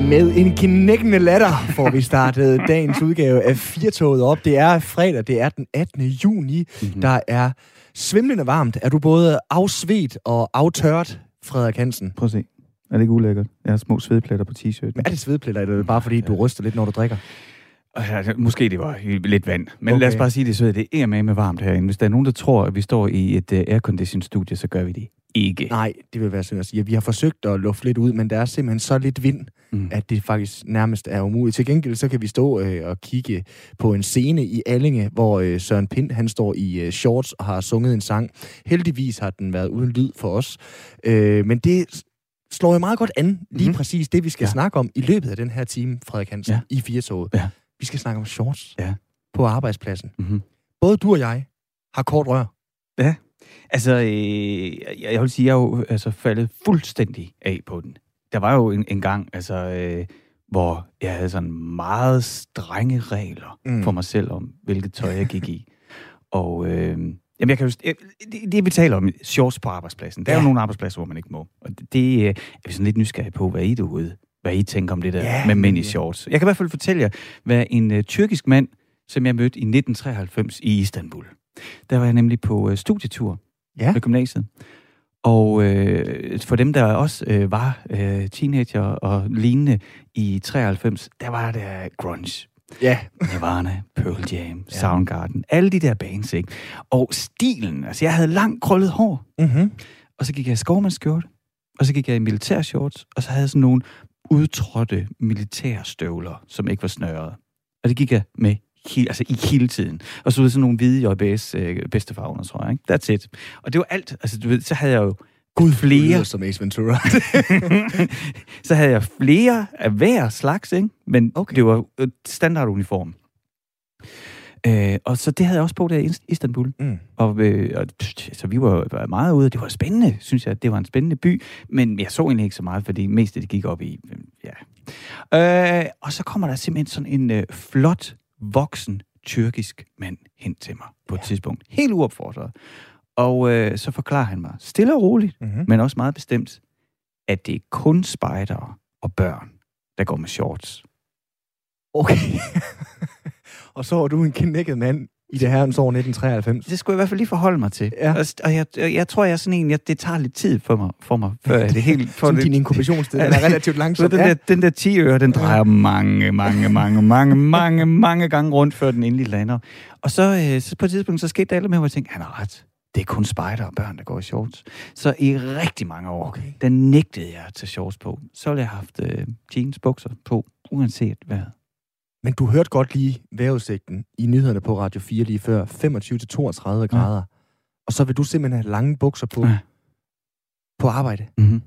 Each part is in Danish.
Med en knækkende latter får vi startet dagens udgave af Firtoget op. Det er fredag, det er den 18. juni. Der er svimlende varmt. Er du både afsvedt og aftørt, Frederik Hansen? Prøv at se. Er det ikke ulækkert? Jeg har små svedpletter på t-shirten. Men er det svedpletter, eller er det bare fordi, du ryster lidt, når du drikker? Måske det var lidt vand. Men okay. Lad os bare sige det så, det er med varmt herinde. Hvis der er nogen, der tror, at vi står i et aircondition-studie, så gør vi det ikke. Nej, det vil være sådan at sige. Vi har forsøgt at lufte lidt ud, men der er simpelthen så lidt vind, at det faktisk nærmest er umuligt. Til gengæld så kan vi stå og kigge på en scene i Allinge, hvor Søren Pind, han står i shorts og har sunget en sang. Heldigvis har den været uden lyd for os. Men det slår jo meget godt an, lige præcis det, vi skal snakke om i løbet af den her time, Frederik Hansen, i Firtoget. Ja. Vi skal snakke om shorts på arbejdspladsen. Både du og jeg har kort rør. Ja, altså, jeg vil sige, jeg er jo faldet fuldstændig af på den. Der var jo en gang, hvor jeg havde sådan meget strenge regler for mig selv om, hvilket tøj jeg gik i. Og jeg kan jo... Det vi taler om, shorts på arbejdspladsen. Der er jo nogle arbejdspladser, hvor man ikke må. Og det er vi sådan lidt nysgerrige på, hvad I derude, hvad I tænker om det der med mænd i shorts. Jeg kan i hvert fald fortælle jer, hvad en tyrkisk mand, som jeg mødte i 1993 i Istanbul. Der var jeg nemlig på studietur med gymnasiet. Og for dem, der også var teenager og lignende i 93, der var der grunge. Ja. Nirvana, Pearl Jam, Soundgarden, alle de der bands, ikke? Og stilen, altså jeg havde langt krøllet hår, og så gik jeg i skovmandsskjorte, og så gik jeg i militærshorts, og så havde jeg sådan nogle udtrådte militærstøvler, som ikke var snørret. Og det gik jeg med i hele tiden. Og så var det sådan nogle hvide JBS bedstefarver, tror jeg, ikke? That's it. Og det var alt, altså du ved, så havde jeg jo flere som Ace Ventura. Så havde jeg flere af hver slags, ikke? Men det var standarduniform. Og så det havde jeg også på der i Istanbul. Og så vi var meget ude. Det var spændende, synes jeg. Det var en spændende by. Men jeg så egentlig ikke så meget, fordi mest det gik op i. Og så kommer der simpelthen sådan en flot, voksen, tyrkisk mand hen til mig på et tidspunkt. Helt uopfordret. Og så forklarer han mig stille og roligt, men også meget bestemt, at det er kun spejdere og børn, der går med shorts. Okay. Og så var du en knækket mand i det herrens år 1993. Det skulle jeg i hvert fald lige forholde mig til. Ja. Og jeg tror, jeg er sådan en, det tager lidt tid for mig før det helt... Som din inkubationstid, den er relativt langsom. Den der 10-øre, den drejer mange gange rundt, før den endelig lander. Og så på et tidspunkt, så skete der alt med, hvor jeg tænkte, han har ret. Det er kun spejder og børn, der går i shorts. Så i rigtig mange år, der nægtede jeg at tage shorts på. Så ville jeg have haft jeansbukser på, uanset hvad. Men du hørte godt lige vejrudsigten i nyhederne på Radio 4 lige før. 25-32 grader. Og så vil du simpelthen have lange bukser på arbejde.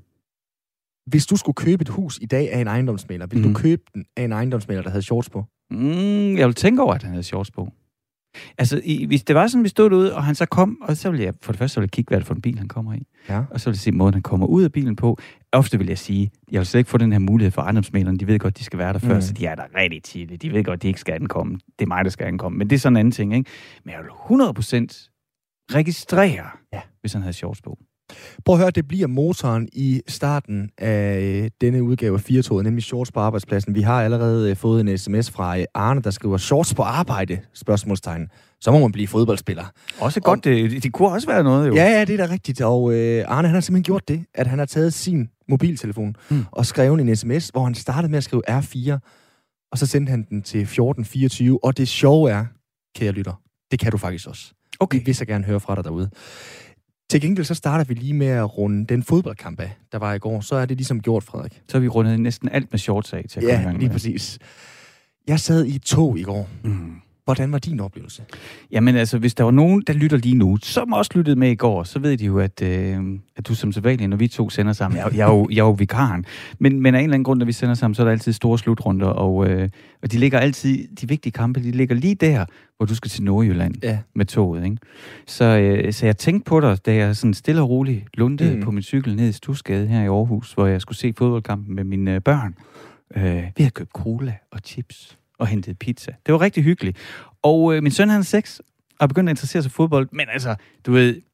Hvis du skulle købe et hus i dag af en ejendomsmægler, ville du købe den af en ejendomsmægler, der havde shorts på? Jeg ville tænke over, at han havde shorts på. Altså, hvis det var sådan, vi stod derude, og han så kom, og så ville jeg, for det første, så ville jeg kigge, hvad det for en bil, han kommer i. Ja. Og så ville jeg se måden, han kommer ud af bilen på. Ofte vil jeg sige, jeg vil slet ikke få den her mulighed for ejendomsmæglerne. De ved godt, de skal være der før, så de er der rigtig tidligt. De ved godt, de ikke skal ankomme. Det er mig, der skal ankomme. Men det er sådan en anden ting, ikke? Men jeg vil 100% registrere, hvis han havde shorts på. Prøv at høre, det bliver motoren i starten af denne udgave af Firtoget, nemlig shorts på arbejdspladsen. Vi har allerede fået en sms fra Arne, der skriver shorts på arbejde, spørgsmålstegn. Så må man blive fodboldspiller. Også godt, det kunne også være noget jo. Ja, det er da rigtigt. Og Arne, han har simpelthen gjort det, at han har taget sin mobiltelefon og skrevet en sms, hvor han startede med at skrive R4, og så sendte han den til 1424. Og det sjove er, kære lytter, det kan du faktisk også. Okay. Vi vil så gerne høre fra dig derude. Til gengæld så starter vi lige med at runde den fodboldkamp af, der var i går. Så er det ligesom gjort, Frederik. Så har vi rundet næsten alt med shorts af til at komme i gang med. Lige præcis. Jeg sad i et tog i går. Hvordan var din oplevelse? Jamen altså, hvis der var nogen, der lytter lige nu, som også lyttede med i går, så ved de jo, at du som sædvanlig, når vi to sender sammen, jeg er jo vikaren, men af en eller anden grund, når vi sender sammen, så er der altid store slutrunder, og de ligger altid, de vigtige kampe, de ligger lige der, hvor du skal til Nordjylland med toget, ikke? Så jeg tænkte på dig, da jeg sådan stille og roligt lundede på min cykel ned i Stusgade her i Aarhus, hvor jeg skulle se fodboldkampen med mine børn. Vi havde købt cola og chips og hentet pizza. Det var rigtig hyggeligt. Og min søn, han er 6, og er begyndt at interessere sig for fodbold. Men altså, du ved,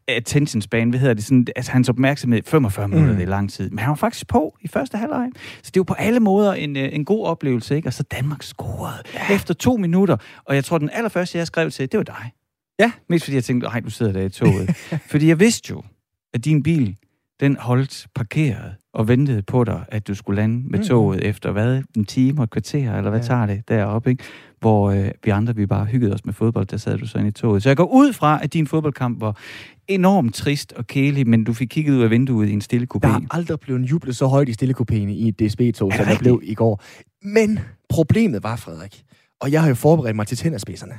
attention span, hvad hedder det, sådan, altså hans opmærksomhed, 45 minutter, det er lang tid. Men han var faktisk på i første halvleg. Så det var på alle måder en god oplevelse, ikke? Og så Danmark scorede efter 2 minutter. Og jeg tror, den allerførste, jeg skrev til, det var dig. Ja. Mest fordi jeg tænkte, ej, du sidder der i toget. Fordi jeg vidste jo, at din bil, den holdt parkeret og ventede på dig, at du skulle lande med toget efter, hvad, en time og et kvarter, eller hvad tager det deroppe, ikke? Hvor vi andre, vi bare hyggede os med fodbold, der sad du så inde i toget. Så jeg går ud fra, at din fodboldkamp var enormt trist og kedelig, men du fik kigget ud af vinduet i en stille kupé. Der har aldrig blevet jublet så højt i stille kupéen i et DSB-tog, som der blev i går. Men problemet var, Frederik, og jeg har jo forberedt mig til tænderspidserne,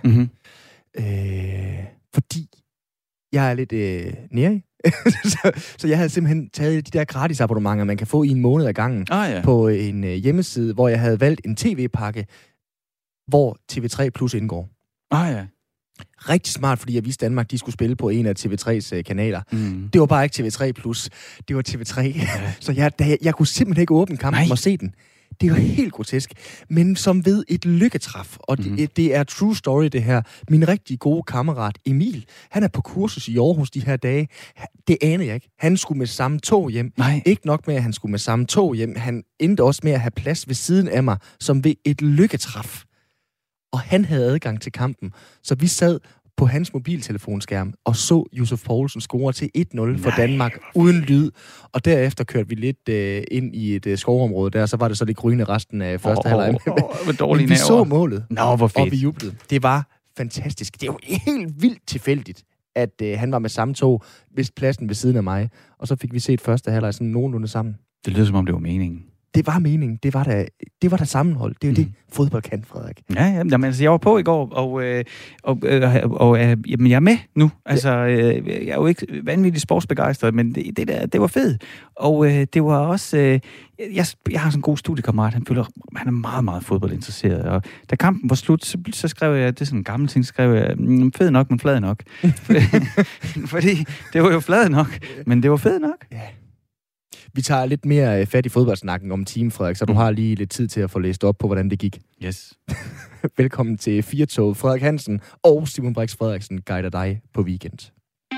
fordi jeg er lidt nærig. så jeg havde simpelthen taget de der gratis abonnementer, man kan få i en måned ad gangen, på en hjemmeside, hvor jeg havde valgt en tv-pakke, hvor TV3 Plus indgår. Rigtig smart, fordi jeg vidste, at Danmark de skulle spille på en af TV3's kanaler. Det var bare ikke TV3 Plus, det var TV3. Så jeg kunne simpelthen ikke åbne kampen og se den. Det var helt grotesk. Men som ved et lykketræf, og det er true story det her. Min rigtig gode kammerat Emil, han er på kursus i Aarhus de her dage. Det anede jeg ikke. Han skulle med samme tog hjem. Ikke nok med, at han skulle med samme tog hjem. Han endte også med at have plads ved siden af mig, som ved et lykketræf. Og han havde adgang til kampen. Så vi sad på hans mobiltelefonskærm og så Josef Poulsen score til 1-0 for Danmark uden lyd. Og derefter kørte vi lidt ind i et skovområde der, så var det så lidt gryne resten af første halvleg. Men vi så målet, og vi jublede. Det var fantastisk. Det er jo helt vildt tilfældigt, at han var med samme tog, hvis pladsen ved siden af mig. Og så fik vi set første halvleg sådan nogenlunde sammen. Det lyder som om, det var meningen. Det var meningen. Det var der sammenhold. Det er jo det, fodbold kan, Frederik. Ja, jamen, altså, jeg var på i går, og jamen, jeg er med nu. Altså, jeg er jo ikke vanvittigt sportsbegejstret, men det var fedt. Og det var også... jeg har sådan en god studiekammerat, han er meget, meget fodboldinteresseret. Og da kampen var slut, så skrev jeg, det er sådan en gammel ting, skrev jeg, fed nok, men flad nok. Fordi det var jo flad nok, men det var fed nok. Ja. Vi tager lidt mere fat i fodboldsnakken om team, Frederik, så du har lige lidt tid til at få læst op på, hvordan det gik. Yes. Velkommen til Firtoget. Frederik Hansen og Simon Brix Frederiksen guider dig på weekend.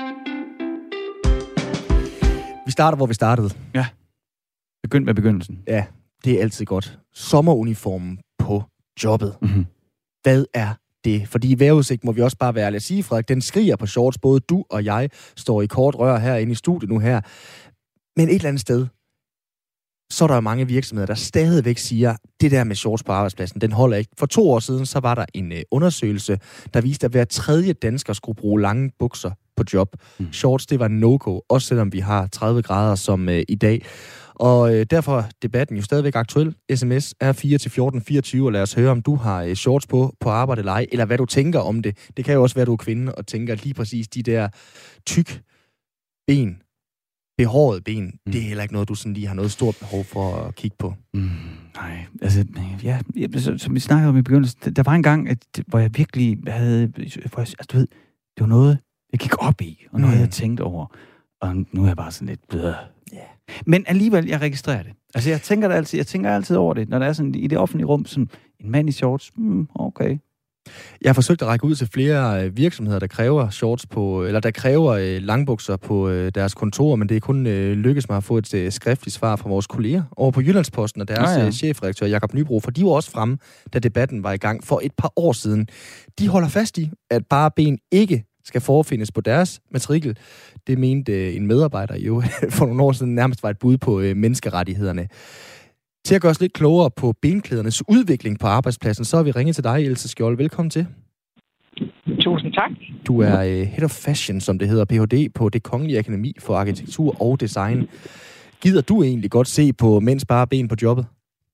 Vi starter, hvor vi startede. Ja. Begynd med begyndelsen. Ja, det er altid godt. Sommeruniformen på jobbet. Hvad er det? Fordi i vejrudsigt må vi også bare være ærlige at sige, Frederik, den skriger på shorts. Både du og jeg står i kort rør herinde i studiet nu her. Men et eller andet sted, så er der jo mange virksomheder, der stadigvæk siger, det der med shorts på arbejdspladsen, den holder ikke. For 2 år siden, så var der en undersøgelse, der viste, at hver 3. dansker skulle bruge lange bukser på job. Shorts, det var no-go, også selvom vi har 30 grader som i dag. Og derfor er debatten jo stadigvæk aktuel. SMS er 4 til 1424, og lad os høre, om du har shorts på arbejde eller ej, eller hvad du tænker om det. Det kan jo også være, at du er kvinde og tænker lige præcis de der tyk ben, behåret ben, det er heller ikke noget, du sådan lige har noget stort behov for at kigge på. Nej, altså, ja, som vi snakkede om i begyndelsen, der var en gang, hvor jeg virkelig havde, du ved, det var noget, jeg gik op i, og noget, jeg tænkte over, og nu er jeg bare sådan lidt blød. Men alligevel, jeg registrerer det. Altså, jeg tænker altid over det, når der er sådan i det offentlige rum, sådan en mand i shorts, okay. Jeg har forsøgt at række ud til flere virksomheder, der kræver shorts på, eller der kræver langbukser på deres kontor, men det er kun lykkedes mig at få et skriftligt svar fra vores kolleger over på Jyllandsposten og deres chefredaktør Jakob Nybro, for de var også fremme, da debatten var i gang for et par år siden. De holder fast i, at bare ben ikke skal forefindes på deres matrikel. Det mente en medarbejder jo for nogle år siden nærmest var et bud på menneskerettighederne. Til at gøre os lidt klogere på benklædernes udvikling på arbejdspladsen, så har vi ringet til dig, Else Skjold. Velkommen til. Tusind tak. Du er Head of Fashion, som det hedder, Ph.D. på Det Kongelige Akademi for Arkitektur og Design. Gider du egentlig godt se på mænds bare ben på jobbet?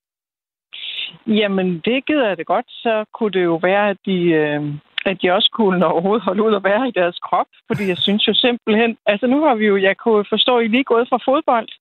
Jamen, det gider jeg det godt. Så kunne det jo være, at de også kunne overhovedet holde ud at være i deres krop. Fordi jeg synes jo simpelthen... Altså nu har vi jo... Jeg kunne forstå, at I lige gået fra fodbold.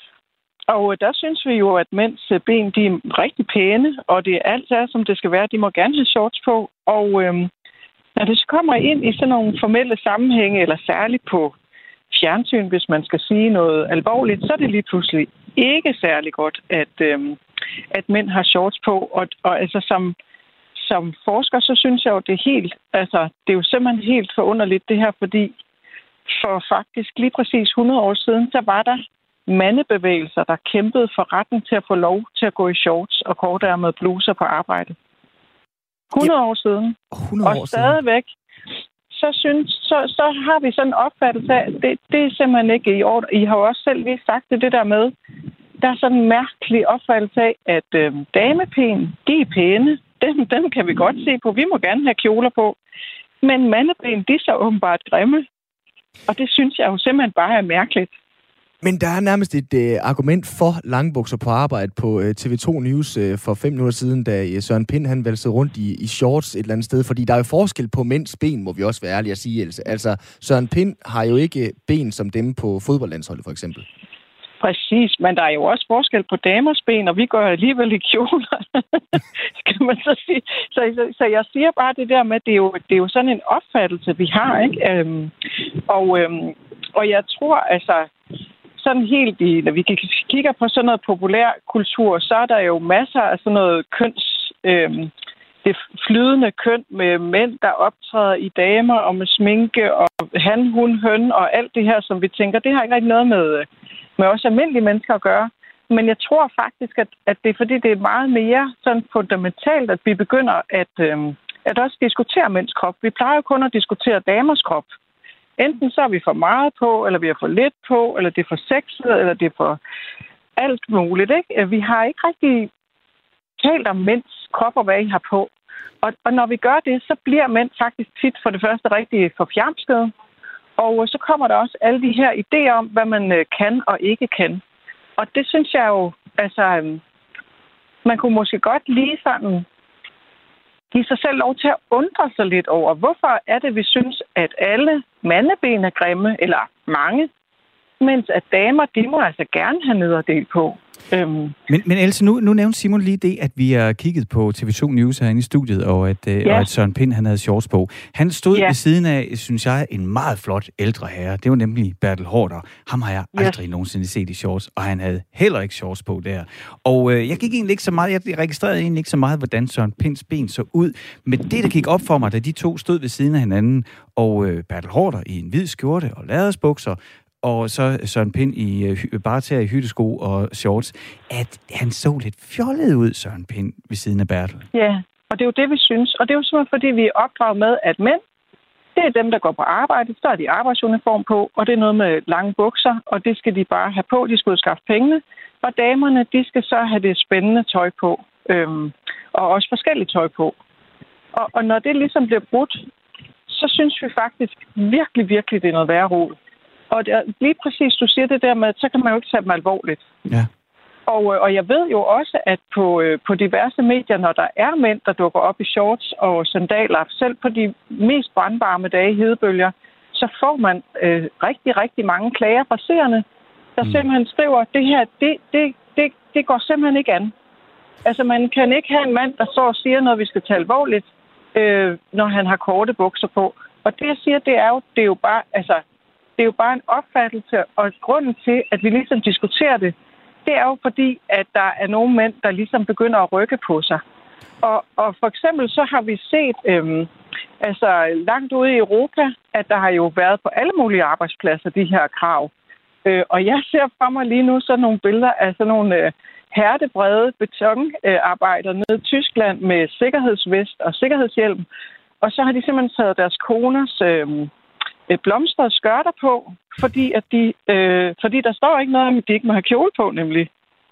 Og der synes vi jo, at mænds ben, de er rigtig pæne, og det alt er, som det skal være. De må gerne have shorts på. Og når det så kommer ind i sådan nogle formelle sammenhænge, eller særligt på fjernsyn, hvis man skal sige noget alvorligt, så er det lige pludselig ikke særlig godt, at mænd har shorts på. Og altså som forsker, så synes jeg jo, det er helt... Altså, det er jo simpelthen helt forunderligt, det her, fordi for faktisk lige præcis 100 år siden, så var der mandebevægelser, der kæmpede for retten til at få lov til at gå i shorts og kortærmede bluser på arbejde. 100 år siden. 100 år og stadigvæk, så har vi sådan en opfattelse af, at det er simpelthen ikke i orden. I har jo også selv lige sagt det der med, der er sådan en mærkelig opfattelse af, at damepen, de er pæne. Dem kan vi godt se på. Vi må gerne have kjoler på. Men mandeben, de er så åbenbart grimme. Og det synes jeg jo simpelthen bare er mærkeligt. Men der er nærmest et argument for langbukser på arbejde på TV2 News for 5 minutter siden, da Søren Pind han valgte rundt i shorts et eller andet sted. Fordi der er jo forskel på mænds ben, må vi også være ærlige at sige, Else. Altså, Søren Pind har jo ikke ben som dem på fodboldlandsholdet, for eksempel. Præcis, men der er jo også forskel på damers ben, og vi går alligevel i kjoler, skal man så sige. Så jeg siger bare det der med, at det er jo sådan en opfattelse, vi har, ikke? Og jeg tror, altså, sådan helt når vi kigger på sådan noget populær kultur, så er der jo masser af sådan noget det flydende køn med mænd, der optræder i damer og med sminke og han, hun, høn og alt det her, som vi tænker, det har ikke rigtig noget med os almindelige mennesker at gøre. Men jeg tror faktisk, at det er fordi, det er meget mere sådan fundamentalt, at vi begynder at også diskutere mænds krop. Vi plejer jo kun at diskutere damers krop. Enten så er vi for meget på, eller vi er for lidt på, eller det er for sexet, eller det er for alt muligt, ikke? Vi har ikke rigtig talt om mænds krop og hvad I har på. Og når vi gør det, så bliver mænd faktisk tit for det første rigtig forfjamskede. Og så kommer der også alle de her idéer om, hvad man kan og ikke kan. Og det synes jeg jo, altså, man kunne måske godt lige sådan give sig selv lov til at undre sig lidt over, hvorfor er det, vi synes, at alle mandeben er grimme, eller mange, mens at damer, de må altså gerne have nederdel på. Men Else, nu nævnte Simon lige det, at vi har kigget på TV2 News herinde i studiet, og at Søren Pind, han havde shorts på. Han stod ved siden af, synes jeg, en meget flot ældre herre. Det var nemlig Bertel Haarder. Ham har jeg aldrig nogensinde set i shorts, og han havde heller ikke shorts på der. Og jeg gik egentlig ikke så meget, jeg registrerede egentlig ikke så meget, hvordan Søren Pinds ben så ud. Men det, der gik op for mig, da de to stod ved siden af hinanden, og Bertel Haarder i en hvid skjorte og lærredsbukser, og så Søren Pind i bare tæer i hyttesko og shorts, at han så lidt fjollet ud, Søren Pind, ved siden af Bertel. Ja, og det er jo det, vi synes. Og det er jo simpelthen, fordi vi er opdraget med, at mænd, det er dem, der går på arbejde, så er de arbejdsuniform på, og det er noget med lange bukser, og det skal de bare have på, de skal ud skaffe pengene. Og damerne, de skal så have det spændende tøj på, og også forskelligt tøj på. Og når det ligesom bliver brudt, så synes vi faktisk virkelig, virkelig, det er noget værre rod. Og lige præcis, du siger det der med, så kan man jo ikke tage dem alvorligt. Ja. Og jeg ved jo også, at på diverse medier, når der er mænd, der dukker op i shorts og sandaler, selv på de mest brandvarme dage i hedebølger, så får man rigtig, rigtig mange klager fra seerne, der simpelthen skriver, at det her, det går simpelthen ikke an. Altså, man kan ikke have en mand, der så siger noget, vi skal tage alvorligt, når han har korte bukser på. Og det, jeg siger, det er jo bare, altså, det er jo bare en opfattelse, og grunden til, at vi ligesom diskuterer det, det er jo fordi, at der er nogle mænd, der ligesom begynder at rykke på sig. Og for eksempel så har vi set, langt ude i Europa, at der har jo været på alle mulige arbejdspladser de her krav. Og jeg ser for mig lige nu sådan nogle billeder af sådan nogle hærdebrede betonarbejder nede i Tyskland med sikkerhedsvest og sikkerhedshjelm. Og så har de simpelthen taget deres koners blomstrede skørter på, fordi der står ikke noget om, at de ikke må have kjole på, nemlig.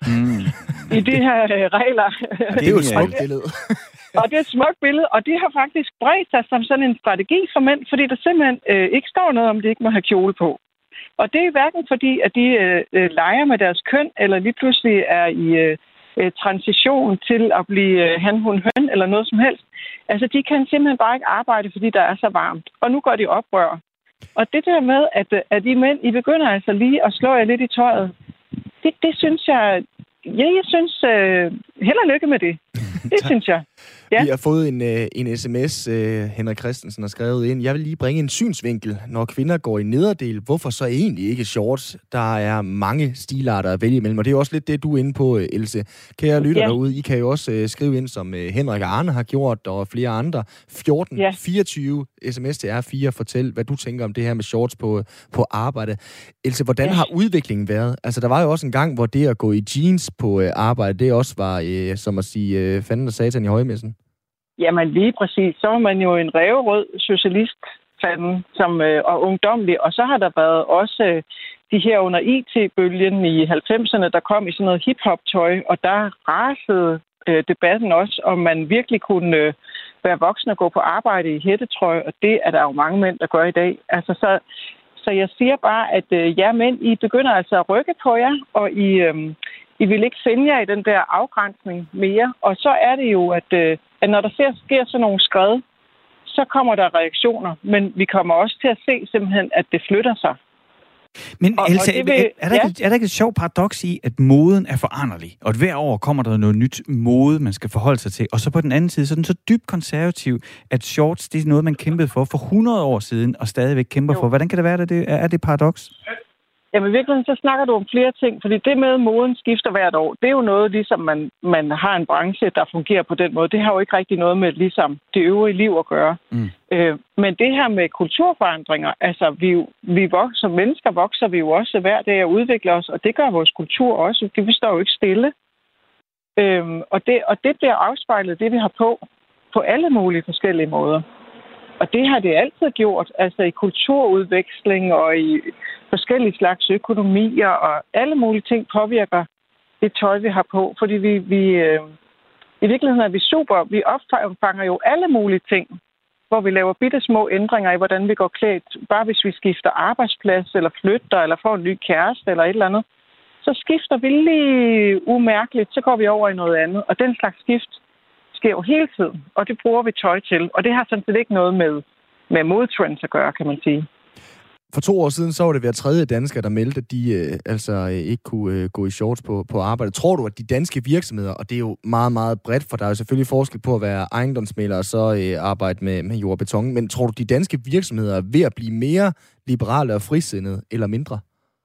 I de her regler. Det er jo et smukt billede. Og det er et smukt billede, og det har faktisk bredt sig som sådan en strategi for mænd, fordi der simpelthen ikke står noget om, at de ikke må have kjole på. Og det er hverken fordi, at de leger med deres køn, eller lige pludselig er i transition til at blive han, hun, høn, eller noget som helst. Altså, de kan simpelthen bare ikke arbejde, fordi der er så varmt. Og nu går de oprør. Og det der med, at de mænd, I begynder altså lige at slå jer lidt i tøjet, det synes jeg... Ja, jeg synes... held og lykke med det. Det synes jeg. Ja. Vi har fået en sms, Henrik Christensen har skrevet ind. Jeg vil lige bringe en synsvinkel. Når kvinder går i nederdel, hvorfor så egentlig ikke shorts? Der er mange stilarter at vælge imellem, og det er også lidt det, du er inde på, Else. Kære lytter derude, I kan jo også skrive ind, som Henrik og Arne har gjort, og flere andre. 1424 sms til R4. Fortæl, hvad du tænker om det her med shorts på arbejde. Else, hvordan har udviklingen været? Altså, der var jo også en gang, hvor det at gå i jeans på arbejde, det også var, som at sige, fanden og satan i højmessen. Jamen lige præcis. Så var man jo en ræverød socialistfanden og ungdomlig. Og så har der været også de her under IT-bølgen i 90'erne, der kom i sådan noget hip-hop-tøj. Og der rasede debatten også, om man virkelig kunne være voksen og gå på arbejde i hættetrøje. Og det er der jo mange mænd, der gør i dag. Altså så jeg siger bare, at jer mænd, I begynder altså at rykke på jer, og I vil ikke finde jer i den der afgrænsning mere. Og så er det jo, at når der sker sådan nogle skred, så kommer der reaktioner. Men vi kommer også til at se simpelthen, at det flytter sig. Men Else, er der ikke et sjovt paradoks i, at moden er foranderlig, og at hver år kommer der noget nyt mode, man skal forholde sig til, og så på den anden side, så er den så dybt konservativ, at shorts, det er noget, man kæmpede for 100 år siden, og stadigvæk kæmper for. Hvordan kan det være, at det er det paradoks? Jamen i virkeligheden, så snakker du om flere ting, fordi det med moden skifter hvert år, det er jo noget, ligesom man har en branche, der fungerer på den måde. Det har jo ikke rigtig noget med ligesom det øvrige liv at gøre. Men det her med kulturforandringer, altså som mennesker vokser vi jo også hver dag og udvikler os, og det gør vores kultur også. Vi står jo ikke stille. Og det bliver afspejlet, det vi har på alle mulige forskellige måder. Og det har det altid gjort, altså i kulturudveksling og i forskellige slags økonomier, og alle mulige ting påvirker det tøj, vi har på. Fordi i virkeligheden er vi opfanger jo alle mulige ting, hvor vi laver bitte små ændringer i, hvordan vi går klædt. Bare hvis vi skifter arbejdsplads, eller flytter, eller får en ny kæreste, eller et eller andet, så skifter vi lige umærkeligt, så går vi over i noget andet. Og den slags skift sker jo hele tiden, og det bruger vi tøj til. Og det har sådan set ikke noget med modetrends at gøre, kan man sige. For 2 år siden, så var det hver tredje dansker, der meldte, at de ikke kunne gå i shorts på arbejde. Tror du, at de danske virksomheder, og det er jo meget, meget bredt, for der er jo selvfølgelig forskel på at være ejendomsmægler og så arbejde med jord og beton, men tror du, de danske virksomheder er ved at blive mere liberale og frisindede, eller mindre?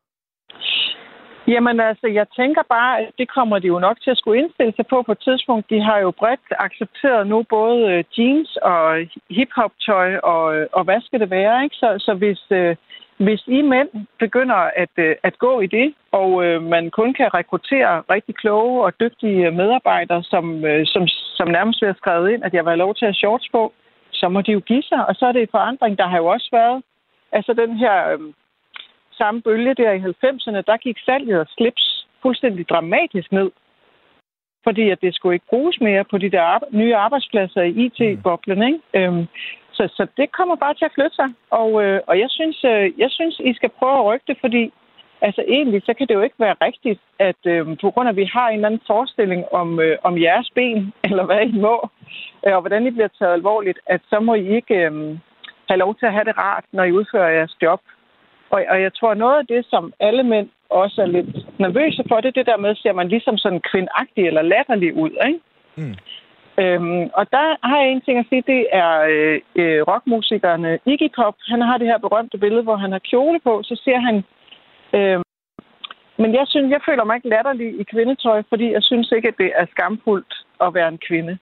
Jamen altså, jeg tænker bare, at det kommer de jo nok til at skulle indstille sig på et tidspunkt. De har jo bredt accepteret nu både jeans og hip-hop-tøj, og hvad skal det være, ikke? Så hvis I mænd begynder at gå i det, og man kun kan rekruttere rigtig kloge og dygtige medarbejdere, som nærmest vil have skrevet ind, at jeg vil have lov til at have shorts på, så må de jo give sig. Og så er det en forandring, der har jo også været. Altså den her samme bølge der i 90'erne, der gik salget af slips fuldstændig dramatisk ned. Fordi at det skulle ikke bruges mere på de der nye arbejdspladser i IT-boblen, ikke? Så det kommer bare til at flytte sig. Og jeg synes, I skal prøve at rykke det, fordi altså egentlig, så kan det jo ikke være rigtigt, at på grund af, at vi har en eller anden forestilling om jeres ben, eller hvad I må, og hvordan I bliver taget alvorligt, at så må I ikke have lov til at have det rart, når I udfører jeres job. Og jeg tror, noget af det, som alle mænd også er lidt nervøse for, det der med, ser man ligesom sådan kvindagtig eller latterlig ud, ikke? Og der har jeg en ting at sige, det er rockmusikeren Iggy Pop. Han har det her berømte billede, hvor han har kjole på, så siger han, men jeg føler mig ikke latterlig i kvindetøj, fordi jeg synes ikke, at det er skamfuldt at være en kvinde.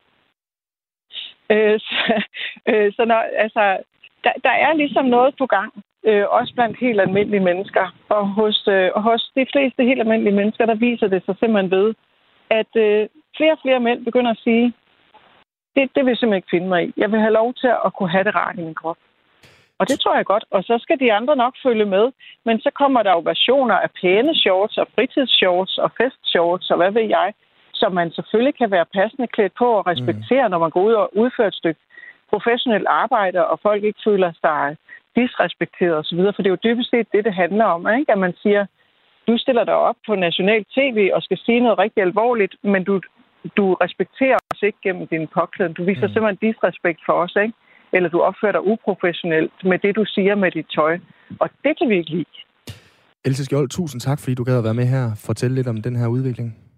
Så når, altså, der er ligesom noget på gang. Også blandt helt almindelige mennesker. Og hos de fleste helt almindelige mennesker, der viser det sig simpelthen ved, at flere og flere mænd begynder at sige, det vil jeg simpelthen ikke finde mig i. Jeg vil have lov til at kunne have det rart i min krop. Og det tror jeg godt. Og så skal de andre nok følge med. Men så kommer der jo versioner af pæne shorts og fritidsshorts og festshorts og hvad ved jeg, som man selvfølgelig kan være passende klædt på og respektere, når man går ud og udfører et stykke professionelt arbejde, og folk ikke føler sig disrespekteret osv., for det er jo dybest set det handler om, ikke? At man siger, du stiller dig op på national tv og skal sige noget rigtig alvorligt, men du respekterer os ikke gennem din påklædning. Du viser simpelthen disrespekt for os, ikke? Eller du opfører dig uprofessionelt med det, du siger med dit tøj. Og det kan vi ikke lide. Else Skjold, tusind tak, fordi du gad at være med her og fortælle lidt om den her udvikling.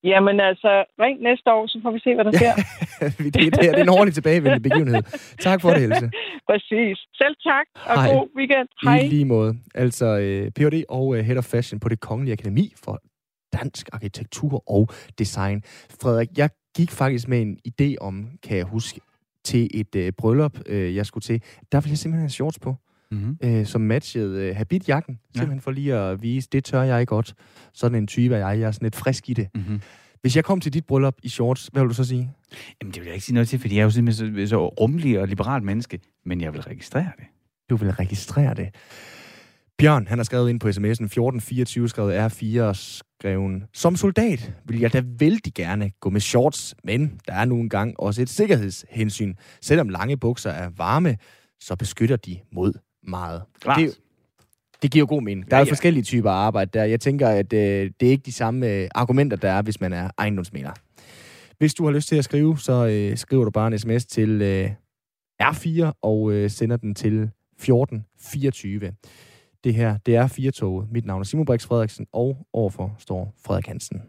Jamen altså, ring næste år, så får vi se, hvad der sker. det er en ordentlig tilbagevendende begivenhed. Tak for det, Else. Præcis. Selv tak, og Hej. god weekend. Hej. I lige måde. Altså Ph.D. og Head of Fashion på Det Kongelige Akademi for Dansk Arkitektur og Design. Frederik, jeg gik faktisk med en idé om, kan jeg huske, til et bryllup, jeg skulle til. Der ville jeg simpelthen have shorts på. Som matchede habitjakken, simpelthen for lige at vise, det tør jeg godt. Sådan en type er jeg er sådan lidt frisk i det. Hvis jeg kom til dit bryllup i shorts, hvad vil du så sige? Jamen, det vil jeg ikke sige noget til, fordi jeg er jo simpelthen så rummelig og liberalt menneske, men jeg vil registrere det. Du vil registrere det. Bjørn, han har skrevet ind på sms'en 1424, skrevet R4 og skrevet: Som soldat vil jeg da vældig gerne gå med shorts, men der er nu engang også et sikkerhedshensyn. Selvom lange bukser er varme, så beskytter de mod meget. Det giver jo god mening. Der er jo forskellige typer af arbejde der. Jeg tænker, at det er ikke de samme argumenter, der er, hvis man er ejendomsmægler. Hvis du har lyst til at skrive, så skriver du bare en sms til R4 og sender den til 1424. Det her, det er 4-toget. Mit navn er Simon Brix Frederiksen, og overfor står Frederik Hansen.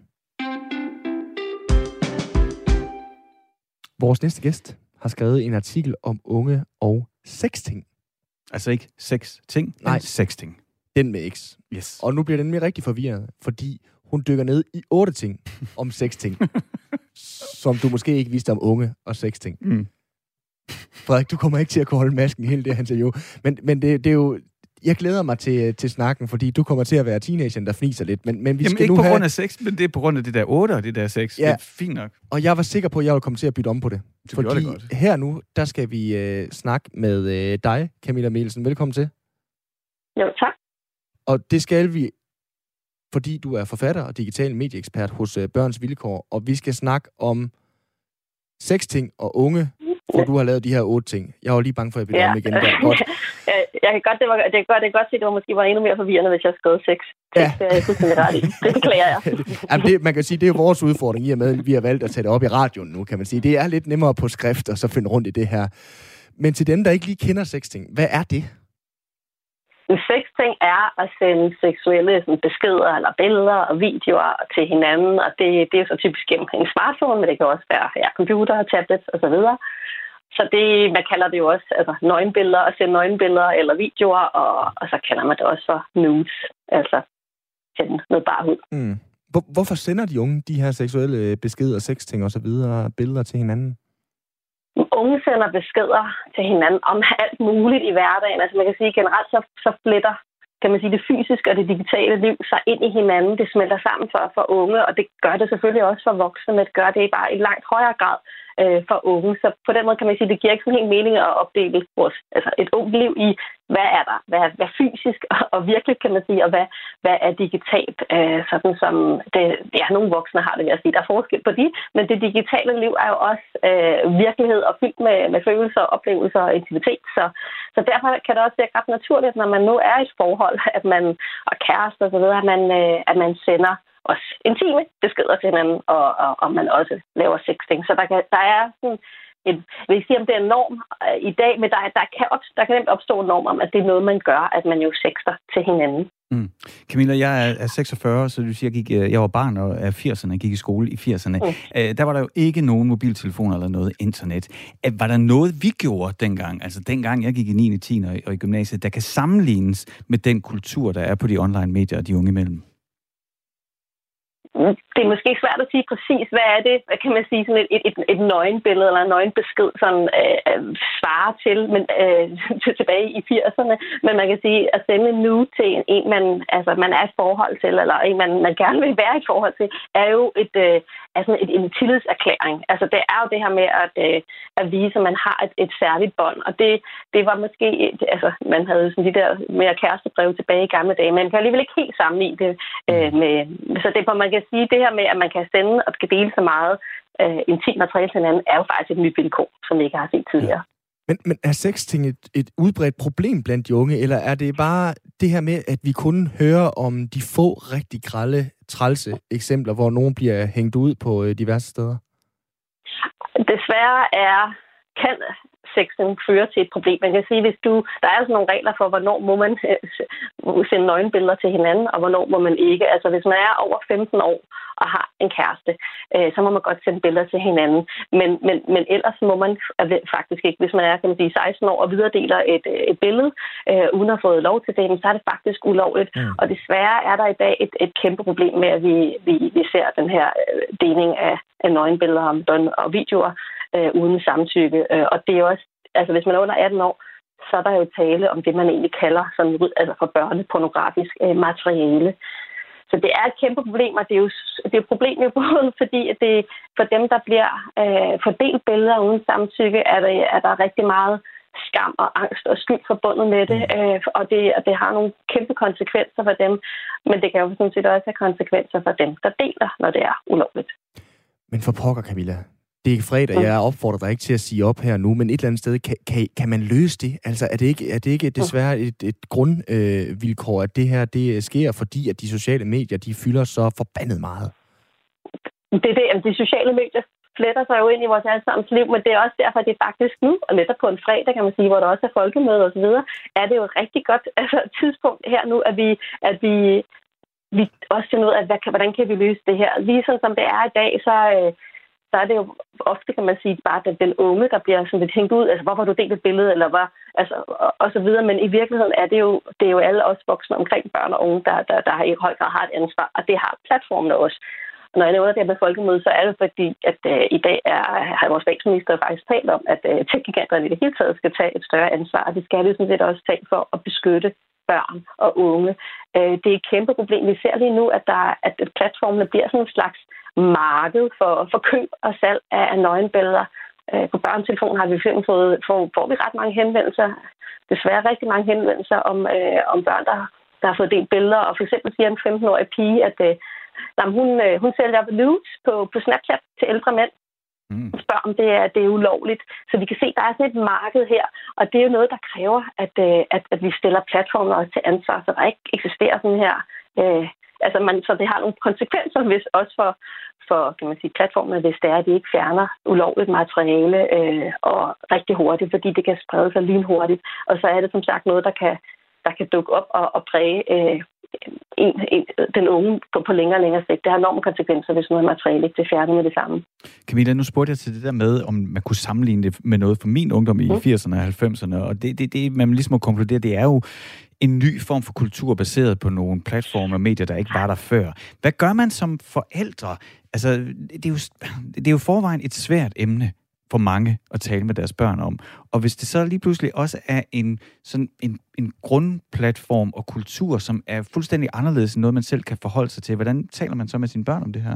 Vores næste gæst har skrevet en artikel om unge og sexting. Altså ikke sex-ting, men sexting. Den med X. Yes. Og nu bliver den mere rigtig forvirret, fordi hun dykker ned i 8 ting om sexting, som du måske ikke vidste om unge og sexting. Frederik, du kommer ikke til at kunne holde masken hele det, han siger jo. Men det er jo... Jeg glæder mig til snakken, fordi du kommer til at være teenageren, der fniser lidt. Men vi skal ikke nu på grund af sex, men det er på grund af det der 8 og det der 6. Ja. Det er fint nok. Og jeg var sikker på, at jeg ville komme til at bytte om på det. Fordi det godt. Her nu, der skal vi snakke med dig, Camilla Melsen. Velkommen til. Jo, tak. Og det skal vi, fordi du er forfatter og digital medieekspert hos Børns Vilkår. Og vi skal snakke om sexting og unge, for du har lavet de her 8 ting. Jeg var lige bange for, at jeg blev om igen. Godt. Jeg kan godt, det kan godt se, at det måske var endnu mere forvirrende, hvis jeg skrev 6. Ja. Det er fuldstændig ret i. Det beklager jeg. Jamen man kan sige, det er vores udfordring i og med, at vi har valgt at tage det op i radioen nu, kan man sige. Det er lidt nemmere på skrift og så finde rundt i det her. Men til dem, der ikke lige kender sexting, hvad er det? Sexting er at sende seksuelle beskeder eller billeder og videoer til hinanden, og det er jo så typisk gennem en smartphone, men det kan også være computer, tablet osv. Så det, man kalder det jo også nøgenbilleder, at sende nøgenbilleder eller videoer, og så kalder man det også for nudes, altså sende noget bare ud. Hvorfor sender de unge de her seksuelle beskeder, sexting og så videre, billeder til hinanden? Unge sender beskeder til hinanden om alt muligt i hverdagen. Altså man kan sige generelt, så fletter, kan man sige, det fysiske og det digitale liv sig ind i hinanden. Det smelter sammen for unge, og det gør det selvfølgelig også for voksne, men det gør det bare i langt højere grad for unge. Så på den måde kan man sige, at det giver ikke sådan helt mening at opdele et ungt liv i, hvad er der, hvad er fysisk og virkelig, kan man sige, og hvad er digitalt. Sådan som nogle voksne har det ved at sige. Der er forskel på de, men det digitale liv er jo også virkelighed og fyldt med følelser, oplevelser og intimitet. Så derfor kan det også være ret naturligt, når man nu er i et forhold, at man og kærester og så videre, at man sender også intime beskeder til hinanden, og man også laver sexting. Så der er sådan jeg vil ikke sige, om det er en norm i dag, men der kan nemt opstå en norm om, at det er noget, man gør, at man jo sexter til hinanden. Camilla, jeg er 46, så du siger, jeg var barn og er 80'erne, jeg gik i skole i 80'erne. Der var der jo ikke nogen mobiltelefoner eller noget internet. Var der noget, vi gjorde dengang, altså dengang jeg gik i 9. 10. og i gymnasiet, der kan sammenlignes med den kultur, der er på de online medier og de unge imellem? Det er måske svært at sige præcis, hvad er det, kan man sige, sådan et nøgenbillede eller en nøgenbesked sådan svarer til, men tilbage i 80'erne. Men man kan sige, at sende en nude til en man er i forhold til, eller en man gerne vil være i forhold til, er jo en tillidserklæring. Altså det er jo det her med at vise, at man har et særligt bånd, og det var måske, man havde sådan de der mere kærestebreve tilbage i gamle dage, men man kan alligevel ikke helt sammenligne det med, så det hvor man kan sige, det her med, at man kan sende og kan dele så meget intimt materiale til hinanden, er jo faktisk et nyt vilkår, som vi ikke har set tidligere. Men er sexting et udbredt problem blandt de unge, eller er det bare det her med, at vi kun hører om de få rigtig grelle, trælse eksempler, hvor nogen bliver hængt ud på diverse steder? Desværre kan sexting føre til et problem. Man kan sige, der er sådan nogle regler for, hvornår må man sende nøgenbilleder til hinanden, og hvornår må man ikke. Altså hvis man er over 15 år, og har en kæreste, så må man godt sende billeder til hinanden. Men ellers må man faktisk ikke, hvis man er, kan man sige, 16 år og videredeler et billede, uden at have fået lov til det, så er det faktisk ulovligt. Og desværre er der i dag et kæmpe problem med, at vi ser den her deling af nøgenbilleder og videoer uden samtykke. Og det er også, altså hvis man er under 18 år, så er der jo tale om det, man egentlig kalder sådan, altså for børnepornografisk materiale. Så det er et kæmpe problem, og det er jo et problem jo både fordi, at det for dem, der bliver fordelt billeder uden samtykke, er der rigtig meget skam og angst og skyld forbundet med det, og det har nogle kæmpe konsekvenser for dem, men det kan jo sådan set også have konsekvenser for dem, der deler, når det er ulovligt. Men for pokker, Camilla, det er ikke fredag, jeg opfordrer dig ikke til at sige op her nu, men et eller andet sted, kan man løse det? Altså, er det ikke desværre et grundvilkår, at det her det sker, fordi at de sociale medier, de fylder så forbandet meget? De sociale medier fletter sig jo ind i vores allesammens liv, men det er også derfor, at det faktisk nu, og netop på en fredag, kan man sige, hvor der også er folkemøde og så videre, er det jo et rigtig godt tidspunkt her nu, at vi også finder ud af, hvordan kan vi løse det her. Ligesom som det er i dag, så er det jo ofte, kan man sige, bare den unge, der bliver sådan lidt hængt ud. Altså, hvorfor har du delt et billede, eller hvad? Altså, og så videre. Men i virkeligheden er det er jo alle os voksne omkring børn og unge, der i høj grad har et ansvar. Og det har platformene også. Og når jeg nævner det med folkemødet, så er det fordi, at i dag har vores statsminister faktisk talt om, at tech-giganterne i det hele taget skal tage et større ansvar. Og det skal vi sådan set også tage for at beskytte børn og unge. Det er et kæmpe problem. Vi ser lige nu, at platformene bliver sådan en slags marked for køb og salg af nøgenbilleder. På børnetelefonen har vi får vi ret mange henvendelser. Desværre rigtig mange henvendelser om børn, der har fået delt billeder. Og for eksempel siger en 15-årig pige, at hun sælger nudes på Snapchat til ældre mænd. Spørger om det er ulovligt. Så vi kan se, at der er sådan et marked her, og det er jo noget, der kræver, at vi stiller platformer også til ansvar, så der ikke eksisterer sådan her. Så det har nogle konsekvenser, hvis også for kan man sige, platformerne, hvis det er, at de ikke fjerner ulovligt materiale og rigtig hurtigt, fordi det kan sprede sig lynhurtigt. Og så er det som sagt noget, der kan dukke op og præge den unge på længere sigt. Det har enorme konsekvenser, hvis noget materiale ikke bliver fjernet med det samme. Camilla, nu spurgte jeg til det der med, om man kunne sammenligne det med noget fra min ungdom i 80'erne og 90'erne, og det man ligesom må konkludere, det er jo en ny form for kultur baseret på nogle platforme og medier, der ikke var der før. Hvad gør man som forældre? Altså, det er jo forvejen et svært emne for mange at tale med deres børn om. Og hvis det så lige pludselig også er en grundplatform og kultur, som er fuldstændig anderledes end noget, man selv kan forholde sig til, hvordan taler man så med sine børn om det her?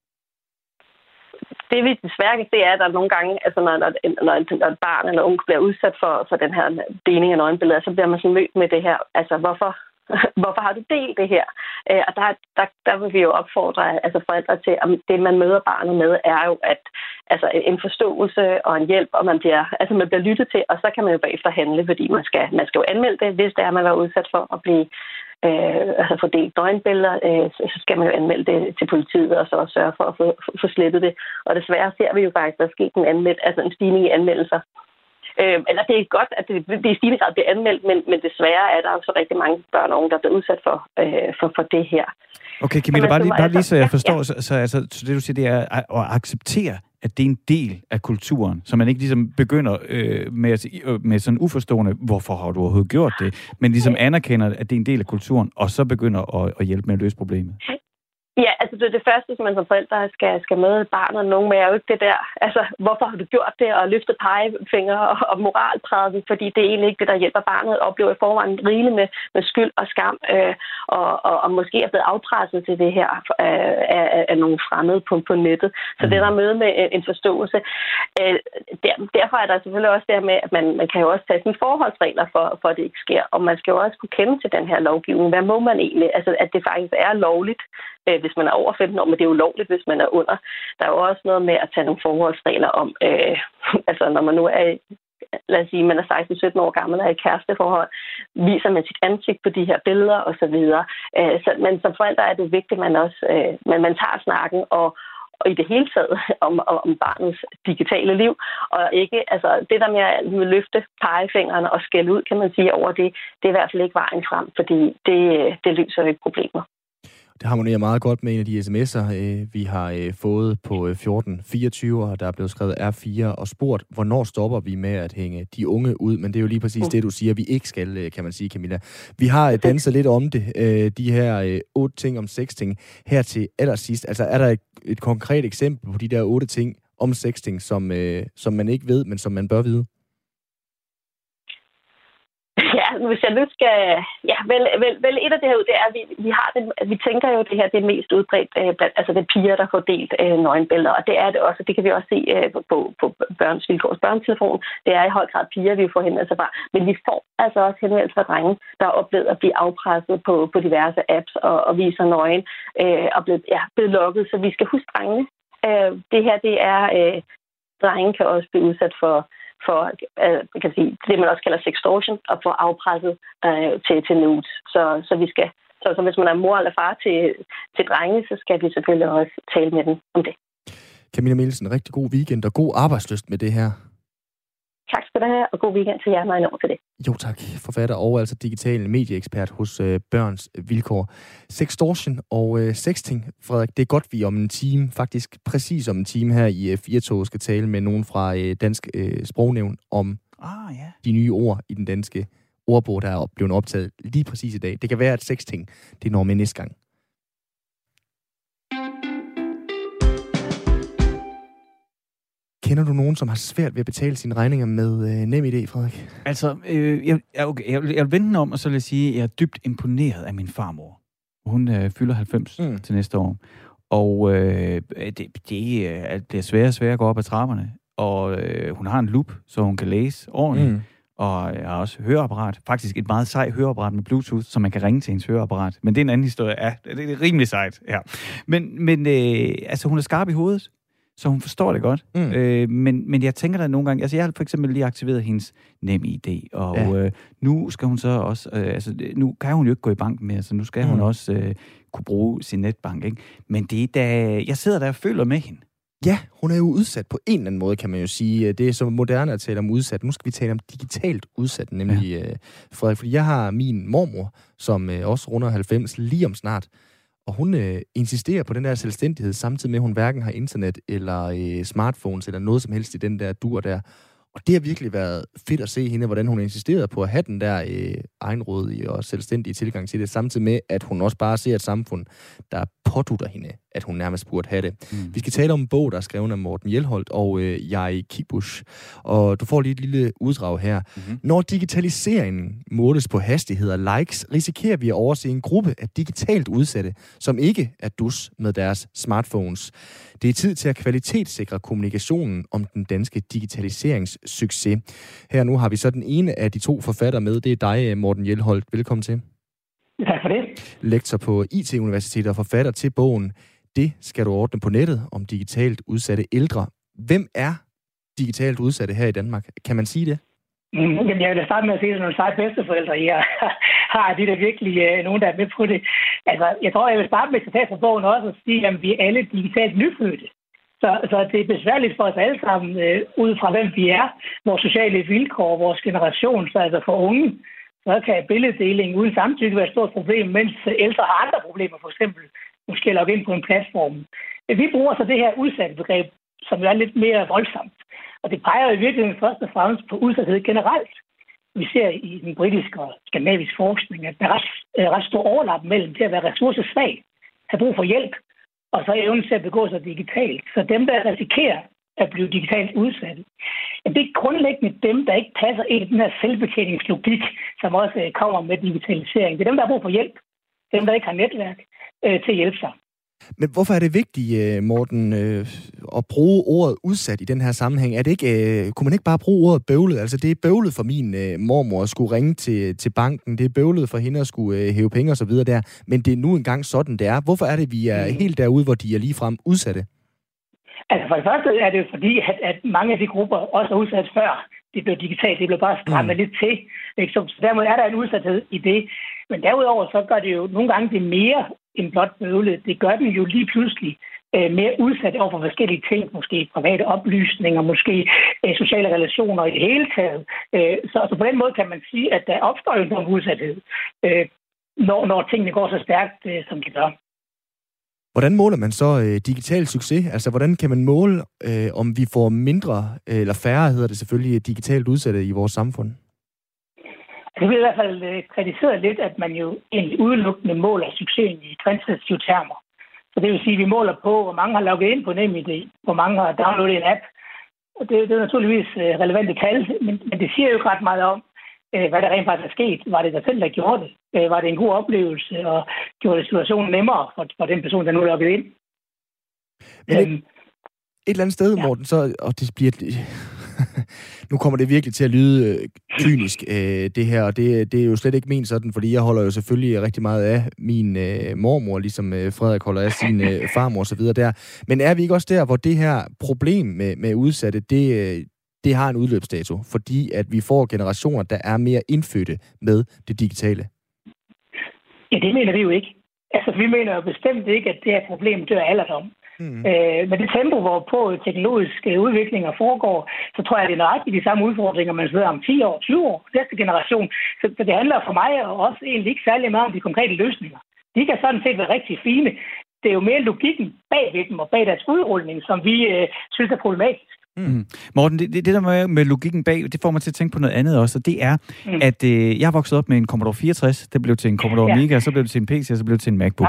Det vi desværre kan se er, at der nogle gange, altså når et barn eller unge bliver udsat for den her deling af nøgenbilleder, så bliver man sådan mødt med det her. Altså, hvorfor har du delt det her? Og der vil vi jo opfordre forældre til, at det, man møder barnet med, er jo at en forståelse og en hjælp, og man bliver lyttet til, og så kan man jo bagefter handle, fordi man skal jo anmelde det, hvis det er, man var udsat for at blive fordelt nøgenbilleder, så skal man jo anmelde det til politiet, og så sørge for at få slettet det. Og desværre ser vi jo faktisk, at der er sket en stigning i anmeldelser. Eller det er godt, at det i stigende grad bliver anmeldt, men desværre er der jo så rigtig mange børn og unge, der bliver udsat for det her. Okay, Camilla, bare lige så jeg forstår, så det du siger, det er at acceptere, at det er en del af kulturen, så man ikke ligesom begynder med sådan uforstående, hvorfor har du overhovedet gjort det, men ligesom anerkender, at det er en del af kulturen, og så begynder at hjælpe med at løse problemet. Ja, altså det første, som man som forældre skal møde barnet nogen med, er jo ikke det der, altså hvorfor har du gjort det, og løftet pegefinger og moralprædiken, fordi det er egentlig ikke det, der hjælper barnet at opleve i forvejen rigeligt med skyld og skam, og måske er blevet afpresset til det her af nogle fremmede på nettet. Så det der møde med en forståelse. Derfor er der selvfølgelig også der med, at man kan jo også tage sine forholdsregler for at det ikke sker, og man skal jo også kunne kende til den her lovgivning. Hvad må man egentlig? Altså at det faktisk er lovligt, hvis man er over 15 år, men det er ulovligt, hvis man er under. Der er jo også noget med at tage nogle forholdsregler om, når man nu er, lad os sige, man er 16-17 år gammel og er i kæresteforhold, viser man sit ansigt på de her billeder osv. Men som forældre er det vigtigt, at man også man tager snakken og i det hele taget om barnets digitale liv, og ikke, det der med at løfte pegefingrene og skælde ud, kan man sige, over det er i hvert fald ikke vejen frem, fordi det løser jo ikke problemer. Det harmonerer meget godt med en af de sms'er, vi har fået på 1424, og der er blevet skrevet R4 og spurgt, hvornår stopper vi med at hænge de unge ud? Men det er jo lige præcis det, du siger, vi ikke skal, kan man sige, Camilla. Vi har danset lidt om det, de her 8 ting om sexting her til allersidst. Altså er der et konkret eksempel på de der 8 ting om sexting, som man ikke ved, men som man bør vide? Ja, hvis jeg nu skal... Ja, vel et af det her, det er, at vi har det, vi tænker jo, det her det er mest udbredt, altså det er piger, der får delt nøgenbilleder, og det er det også, det kan vi også se på Børns Vilkårs børnetelefon. Det er i høj grad piger, vi får henvendelser fra, men vi får altså også henvendelser fra drenge, der er oplevet at blive afpresset på diverse apps og viser nøgen og blevet lukket, så vi skal huske drengene. Det her, det er... drenge kan også blive udsat for kan sige, det, man også kalder sextortion, og få afpresset til nudes. Så vi skal, så hvis man er mor eller far til drenge, så skal vi selvfølgelig også tale med dem om det. Camilla Mielsen, rigtig god weekend og god arbejdslyst med det her. Tak skal du have, og god weekend til jer, når I når til det. Jo tak, forfatter og altså digital medieekspert hos Børns Vilkår. Sextortion og sexting, Frederik, det er godt, vi om en time, faktisk præcis om en time her i Firtoget skal tale med nogen fra Dansk Sprognævn om de nye ord i den danske ordbog, der er blevet optaget lige præcis i dag. Det kan være, at sexting, det når med næste gang. Kender du nogen, som har svært ved at betale sine regninger med NemID, Frederik? Altså, jeg vil vende om, og så vil jeg sige, at jeg er dybt imponeret af min farmor. Hun fylder 90 til næste år. Og det bliver sværere og sværere at gå op ad trapperne. Og hun har en lup, så hun kan læse ordentligt. Og jeg har også høreapparat. Faktisk et meget sej høreapparat med Bluetooth, så man kan ringe til hendes høreapparat. Men det er en anden historie. Ja, det er rimelig sejt, ja. Men altså, hun er skarp i hovedet. Så hun forstår det godt. Men jeg tænker da nogle gange... Altså, jeg har for eksempel lige aktiveret hendes NemID, og nu skal hun så også... nu kan hun jo ikke gå i banken mere, så nu skal hun også kunne bruge sin netbank, ikke? Men det er da... Jeg sidder der og føler med hende. Ja, hun er jo udsat på en eller anden måde, kan man jo sige. Det er så moderne at tale om udsat. Nu skal vi tale om digitalt udsat, nemlig Frederik. Fordi jeg har min mormor, som også runder 90 lige om snart. Og hun insisterer på den der selvstændighed, samtidig med, at hun hverken har internet eller smartphones eller noget som helst i den der dur der. Og det har virkelig været fedt at se hende, hvordan hun insisterede på at have den der egenrådige og selvstændige tilgang til det, samtidig med, at hun også bare ser et samfund, der pådutter hende, at hun nærmest burde have det. Vi skal tale om en bog, der er skrevet af Morten Hjelholt og Jari Kibush. Og du får lige et lille uddrag her. Når digitaliseringen måles på hastighed og likes, risikerer vi at overse en gruppe af digitalt udsatte, som ikke er dus med deres smartphones. Det er tid til at kvalitetssikre kommunikationen om den danske digitaliseringssucces. Her nu har vi så den ene af de 2 forfattere med. Det er dig, Morten Hjelholt. Velkommen til. Tak for det. Lektor på IT-universitetet og forfatter til bogen Det skal du ordne på nettet om digitalt udsatte ældre. Hvem er digitalt udsatte her i Danmark? Kan man sige det? Jamen, jeg vil starte med at sige, at nogle seje bedsteforældre, jeg har de der virkelig nogen, der er med på det. Altså, jeg tror, jeg vil starte med at tage fra bogen også og sige, at vi er alle digitalt nyfødte. Så det er besværligt for os alle sammen, ud fra hvem vi er, vores sociale vilkår, vores generation, så altså for unge, så kan billeddeling uden samtykke være et stort problem, mens ældre har andre problemer, for eksempel måske logge ind på en platform. Vi bruger så det her udsatte begreb, som er lidt mere voldsomt. Og det peger i virkeligheden først og fremmest på udsathed generelt. Vi ser i den britiske og skandinaviske forskning, at der er ret stor overlap mellem til at være ressourcesvag, have brug for hjælp, og så evnen til at begå sig digitalt. Så dem, der risikerer at blive digitalt udsatte, det er grundlæggende dem, der ikke passer ind i den her selvbetjeningslogik, som også kommer med digitalisering. Det er dem, der har brug for hjælp. Dem, der ikke har netværk til at hjælpe sig. Men hvorfor er det vigtigt, Morten, at bruge ordet udsat i den her sammenhæng? Er det ikke, kunne man ikke bare bruge ordet bøvlet? Altså, det er bøvlet for min mormor at skulle ringe til banken. Det er bøvlet for hende at skulle hæve penge og så videre der. Men det er nu engang sådan, det er. Hvorfor er det, vi er helt derude, hvor de er ligefrem udsatte? Altså, for det første er det jo fordi, at mange af de grupper også er udsat før. Det blev digitalt, det blev bare strammet lidt til. Ikke? Så dermed er der en udsathed i det. Men derudover så gør det jo nogle gange det mere end blot bøvlet. Det gør den jo lige pludselig mere udsat over for forskellige ting. Måske private oplysninger, måske sociale relationer i det hele taget. Så på den måde kan man sige, at der opstår jo en udsathed, når tingene går så stærkt, som de gør. Hvordan måler man så digital succes? Altså, hvordan kan man måle, om vi får mindre, eller færre, hedder det selvfølgelig, digitalt udsatte i vores samfund? Det vil i hvert fald kritisere lidt, at man jo egentlig udelukkende måler succesen i kvantitative termer. Så det vil sige, at vi måler på, hvor mange har logget ind på NemID, hvor mange har downloadet en app. Og det er naturligvis relevante tal, men det siger jo ikke ret meget om, hvad der rent faktisk er sket. Var det der selv, der gjorde det? Var det en god oplevelse, og gjorde det situationen nemmere for den person, der nu er logget ind? Men et eller andet sted, Morten, så, og det bliver... Nu kommer det virkelig til at lyde kynisk, det her, og det er jo slet ikke ment sådan, fordi jeg holder jo selvfølgelig rigtig meget af min mormor, ligesom Frederik holder af sin farmor og så videre der. Men er vi ikke også der, hvor det her problem med udsatte, det har en udløbsdato, fordi at vi får generationer, der er mere indfødte med det digitale? Ja, det mener vi jo ikke. Altså, vi mener jo bestemt ikke, at det her problem dør af alderdom. Med det tempo, hvorpå teknologiske udviklinger foregår, så tror jeg, at det er nøjagtigt de samme udfordringer, man sidder om 10 år, 20 år, næste generation. Så det handler for mig også egentlig ikke særlig meget om de konkrete løsninger. De kan sådan set være rigtig fine. Det er jo mere logikken bag ved dem og bag deres udrulning, som vi synes er problematisk. Morten, det der med logikken bag, det får mig til at tænke på noget andet også, og det er, at jeg er vokset op med en Commodore 64, det blev til en Commodore Amiga, og så blev det til en PC, og så blev det til en MacBook.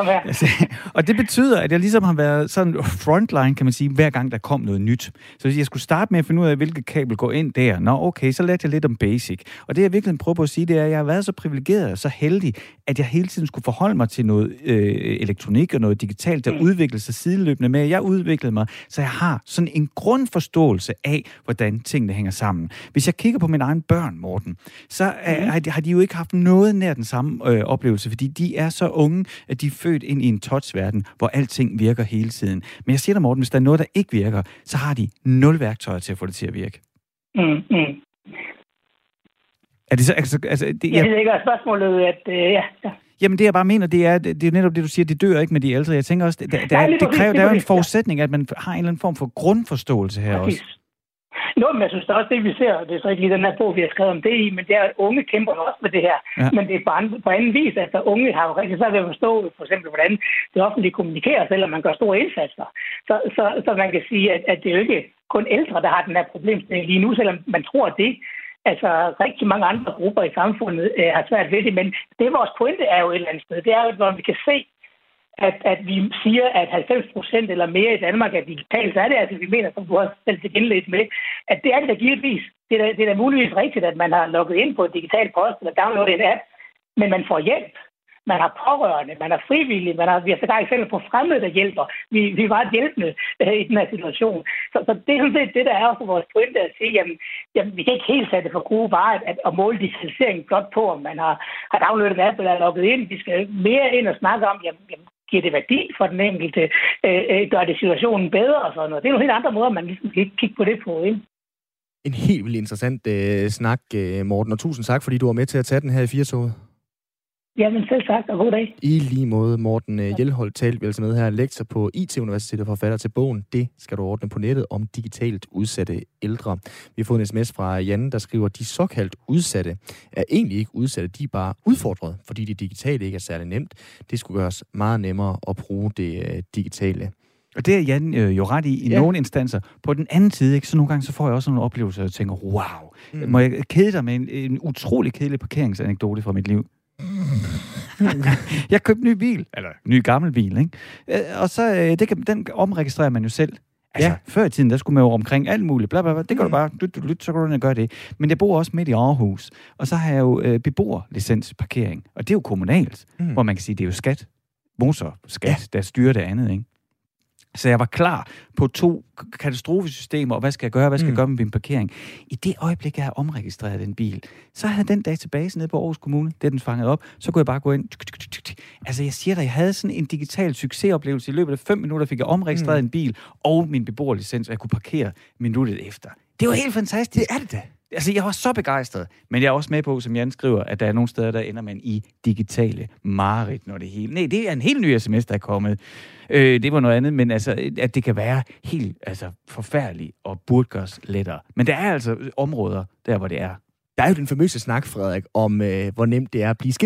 Og det betyder, at jeg ligesom har været sådan frontline, kan man sige, hver gang der kom noget nyt. Så hvis jeg skulle starte med at finde ud af, hvilket kabel går ind der, så lærte jeg lidt om basic. Og det jeg virkelig prøver på at sige, det er, at jeg har været så privilegeret og så heldig, at jeg hele tiden skulle forholde mig til noget elektronik og noget digitalt, der udviklede sig sideløbende med. Jeg udviklede mig, så jeg har sådan en grundforståelse af, hvordan tingene hænger sammen. Hvis jeg kigger på mine egne børn, Morten, så har de jo ikke haft noget nær den samme oplevelse, fordi de er så unge, at de er født ind i en touchverden, hvor alting virker hele tiden. Men jeg siger dig, Morten, hvis der er noget, der ikke virker, så har de 0 værktøjer til at få det til at virke. Er det så, jeg ved ikke, spørgsmålet, at Jamen det jeg bare mener, det er netop det, du siger, det dør ikke med de ældre. Jeg tænker også, der er jo en forudsætning, at man har en eller anden form for grundforståelse her også. Nå, men jeg synes også, det vi ser, det er så ikke lige den her bog, vi har skrevet om det i, men det er, at unge kæmper også med det her. Ja. Men det er på anden vis, at unge har jo rigtig svært ved at forstå, for eksempel, hvordan det offentlige kommunikerer, selvom man gør store indsatser. Så man kan sige, at det er jo ikke kun ældre, der har den her problemstilling lige nu, selvom man tror det. Altså, rigtig mange andre grupper i samfundet har svært ved det, men det vores pointe er jo et eller andet sted. Det er jo, hvor vi kan se, at vi siger, at 90% eller mere i Danmark er digitalt, så er det altså, vi mener, som du har selv til indledt med, at det er det da givetvis. Det er da muligvis rigtigt, at man har logget ind på et digitalt post eller downloadet en app, men man får hjælp. Man har pårørende, man er frivillig, vi har sågar eksempler på fremmede, der hjælper. Vi var hjælpende i den her situation. Så det er sådan set det, der er også vores pointe at sige, jamen, vi kan ikke helt sætte det for gode varer at måle digitalisering blot på, om man har downloadet en app eller logget ind. Vi skal mere ind og snakke om, jamen, giver det værdi for den enkelte? Gør det situationen bedre og sådan noget? Det er nogle helt andre måder, man ligesom kan kigge på det på, ikke? En helt vildt interessant snak, Morten, og tusind tak, fordi du var med til at tage den her i 4-toget. Jamen selv tak, og god dag. I lige måde, Morten Hjelholt talte vi altså med her, lektor på IT-universitetet og forfatter til bogen Det skal du ordne på nettet om digitalt udsatte ældre. Vi har fået en sms fra Janne, der skriver, de såkaldt udsatte er egentlig ikke udsatte, de er bare udfordret, fordi det digitale ikke er særlig nemt. Det skulle gøres meget nemmere at bruge det digitale. Og det er Jan jo ret i nogle instanser. På den anden side, ikke, så nogle gange så får jeg også nogle oplevelser, og jeg tænker, wow, må jeg kede dig med en utrolig kedelig parkeringsanekdote fra mit liv? Jeg købte en ny bil, eller en ny gammel bil, ikke? Og så den omregistrerer man jo selv. Altså, før i tiden, der skulle man jo omkring alt muligt, bla bla bla. Det kan du bare, så kan du gøre det. Men jeg bor også midt i Aarhus, og så har jeg jo beboerlicensparkering, og det er jo kommunalt, hvor man kan sige, det er jo skat, motorskat, der styrer det andet, ikke? Så jeg var klar på 2 katastrofesystemer, og hvad skal jeg gøre? Hvad skal jeg gøre med min parkering? I det øjeblik, jeg havde omregistreret den bil, så havde den database nede på Aarhus Kommune, det den fanget op, så kunne jeg bare gå ind. Altså, jeg siger dig, jeg havde sådan en digital succesoplevelse. I løbet af 5 minutter fik jeg omregistreret en bil og min beboerlicens, og jeg kunne parkere minuttet efter. Det var helt fantastisk. Det er det da. Altså, jeg var så begejstret. Men jeg er også med på, som Jan skriver, at der er nogle steder, der ender man i digitale mareridt, når det hele... Nej, det er en helt ny sms, der er kommet. Det var noget andet, men altså, at det kan være helt forfærdeligt og burde gøres lettere. Men der er altså områder, der hvor det er. Der er jo den famøse snak, Frederik, om hvor nemt det er at blive skilt.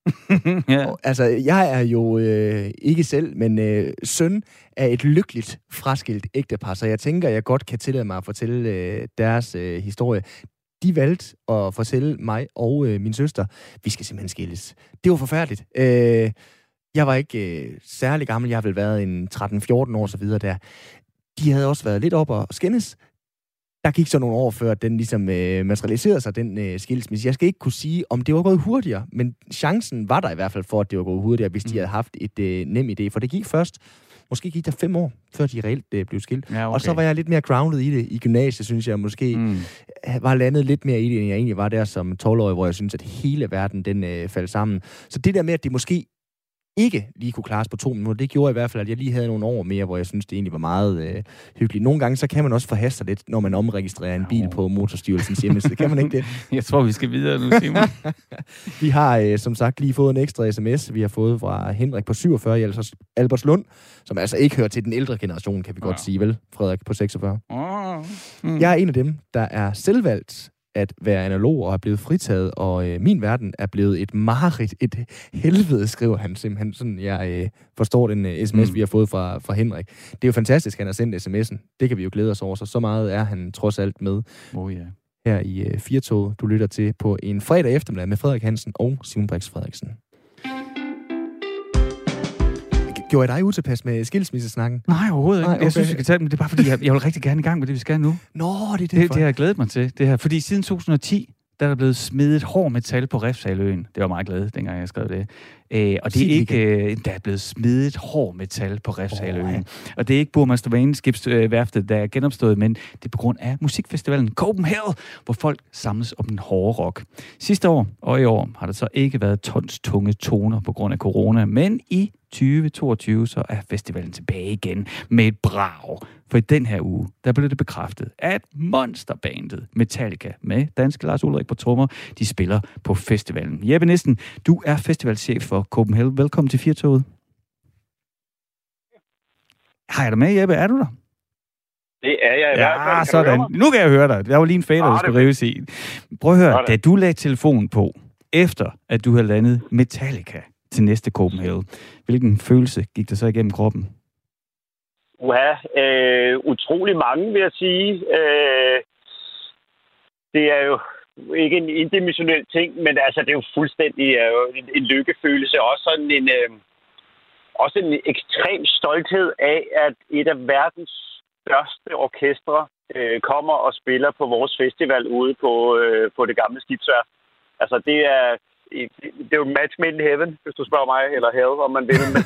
Ja. Og, altså, jeg er jo ikke selv, men søn af et lykkeligt fraskilt ægtepar, så jeg tænker, jeg godt kan tillade mig at fortælle deres historie. De valgte at fortælle mig og min søster, vi skal simpelthen skilles. Det var forfærdeligt. Jeg var ikke særlig gammel, jeg har vel været en 13-14 år så videre der. De havde også været lidt op og skændes. Der gik så nogle år før, den ligesom materialiserede sig, den skilsmisse. Jeg skal ikke kunne sige, om det var gået hurtigere, men chancen var der i hvert fald for, at det var gået hurtigere, hvis de havde haft et nem idé. For det gik først, måske gik der 5 år, før de reelt blev skilt. Ja, okay. Og så var jeg lidt mere grounded i det i gymnasiet, synes jeg måske var landet lidt mere i det, end jeg egentlig var der som 12-årig, hvor jeg synes, at hele verden den faldt sammen. Så det der med, at det måske ikke lige kunne klares på 2 minutter, det gjorde i hvert fald, at jeg lige havde nogle år mere, hvor jeg synes, det egentlig var meget hyggeligt. Nogle gange, så kan man også forhaste sig lidt, når man omregistrerer en bil på Motorstyrelsens hjemmeside. Kan man ikke det? Jeg tror, vi skal videre nu, Simon. Vi har, som sagt, lige fået en ekstra sms, vi har fået fra Henrik på 47 i Albertslund, som altså ikke hører til den ældre generation, kan vi godt sige, vel? Frederik på 46. Jeg er en af dem, der er selvvalgt at være analog og er blevet fritaget, og min verden er blevet et mareridt, et helvede, skriver han simpelthen. Sådan jeg forstår den sms, vi har fået fra Henrik. Det er jo fantastisk, han har sendt sms'en. Det kan vi jo glæde os over, så meget er han trods alt med. Her i Firtoget, du lytter til på en fredag eftermiddag med Frederik Hansen og Simon Brix Frederiksen. Gjorde jeg dig utilpas med skilsmissesnakken? Nej, overhovedet ikke. Okay. Jeg synes, vi skal tage det, men det er bare fordi, jeg vil rigtig gerne i gang med det, vi skal nu. Nå, det har jeg glædet mig til. Det her. Fordi siden 2010, der er blevet smidt hård metal på Refshaleøen. Det var meget glad, dengang jeg skrev det. Og det er ikke, der er blevet smidt hård metal på Refshaleøen. Og det er ikke Burmester skibsværftet, der er genopstået, men det er på grund af musikfestivalen Copenhagen, hvor folk samles om den hårde rock. Sidste år og i år har der så ikke været tons tunge toner på grund af corona, men i 2022 så er festivalen tilbage igen med et brag. For i den her uge, der blev det bekræftet, at monsterbandet Metallica med danske Lars Ulrik på trommer, de spiller på festivalen. Jeppe Nissen, du er festivalchef for Copenhagen. Velkommen til Firtoget. Hej, er du med, Jeppe? Er du der? Det er jeg i hvert fald. Ja, sådan. Nu kan jeg høre dig. Der var lige en fader, der skulle rives i. Prøv at høre, da du lagde telefonen på, efter at du havde landet Metallica til næste Copenhagen, hvilken følelse gik der så igennem kroppen? Utrolig mange, vil jeg sige. Det er jo ikke en indimensionel ting, men altså, det er jo fuldstændig en lykkefølelse. Også en ekstrem stolthed af, at et af verdens største orkestre kommer og spiller på vores festival ude på det gamle skibsværft. Altså, det er jo match made in heaven, hvis du spørger mig, eller hell, om man vil. Men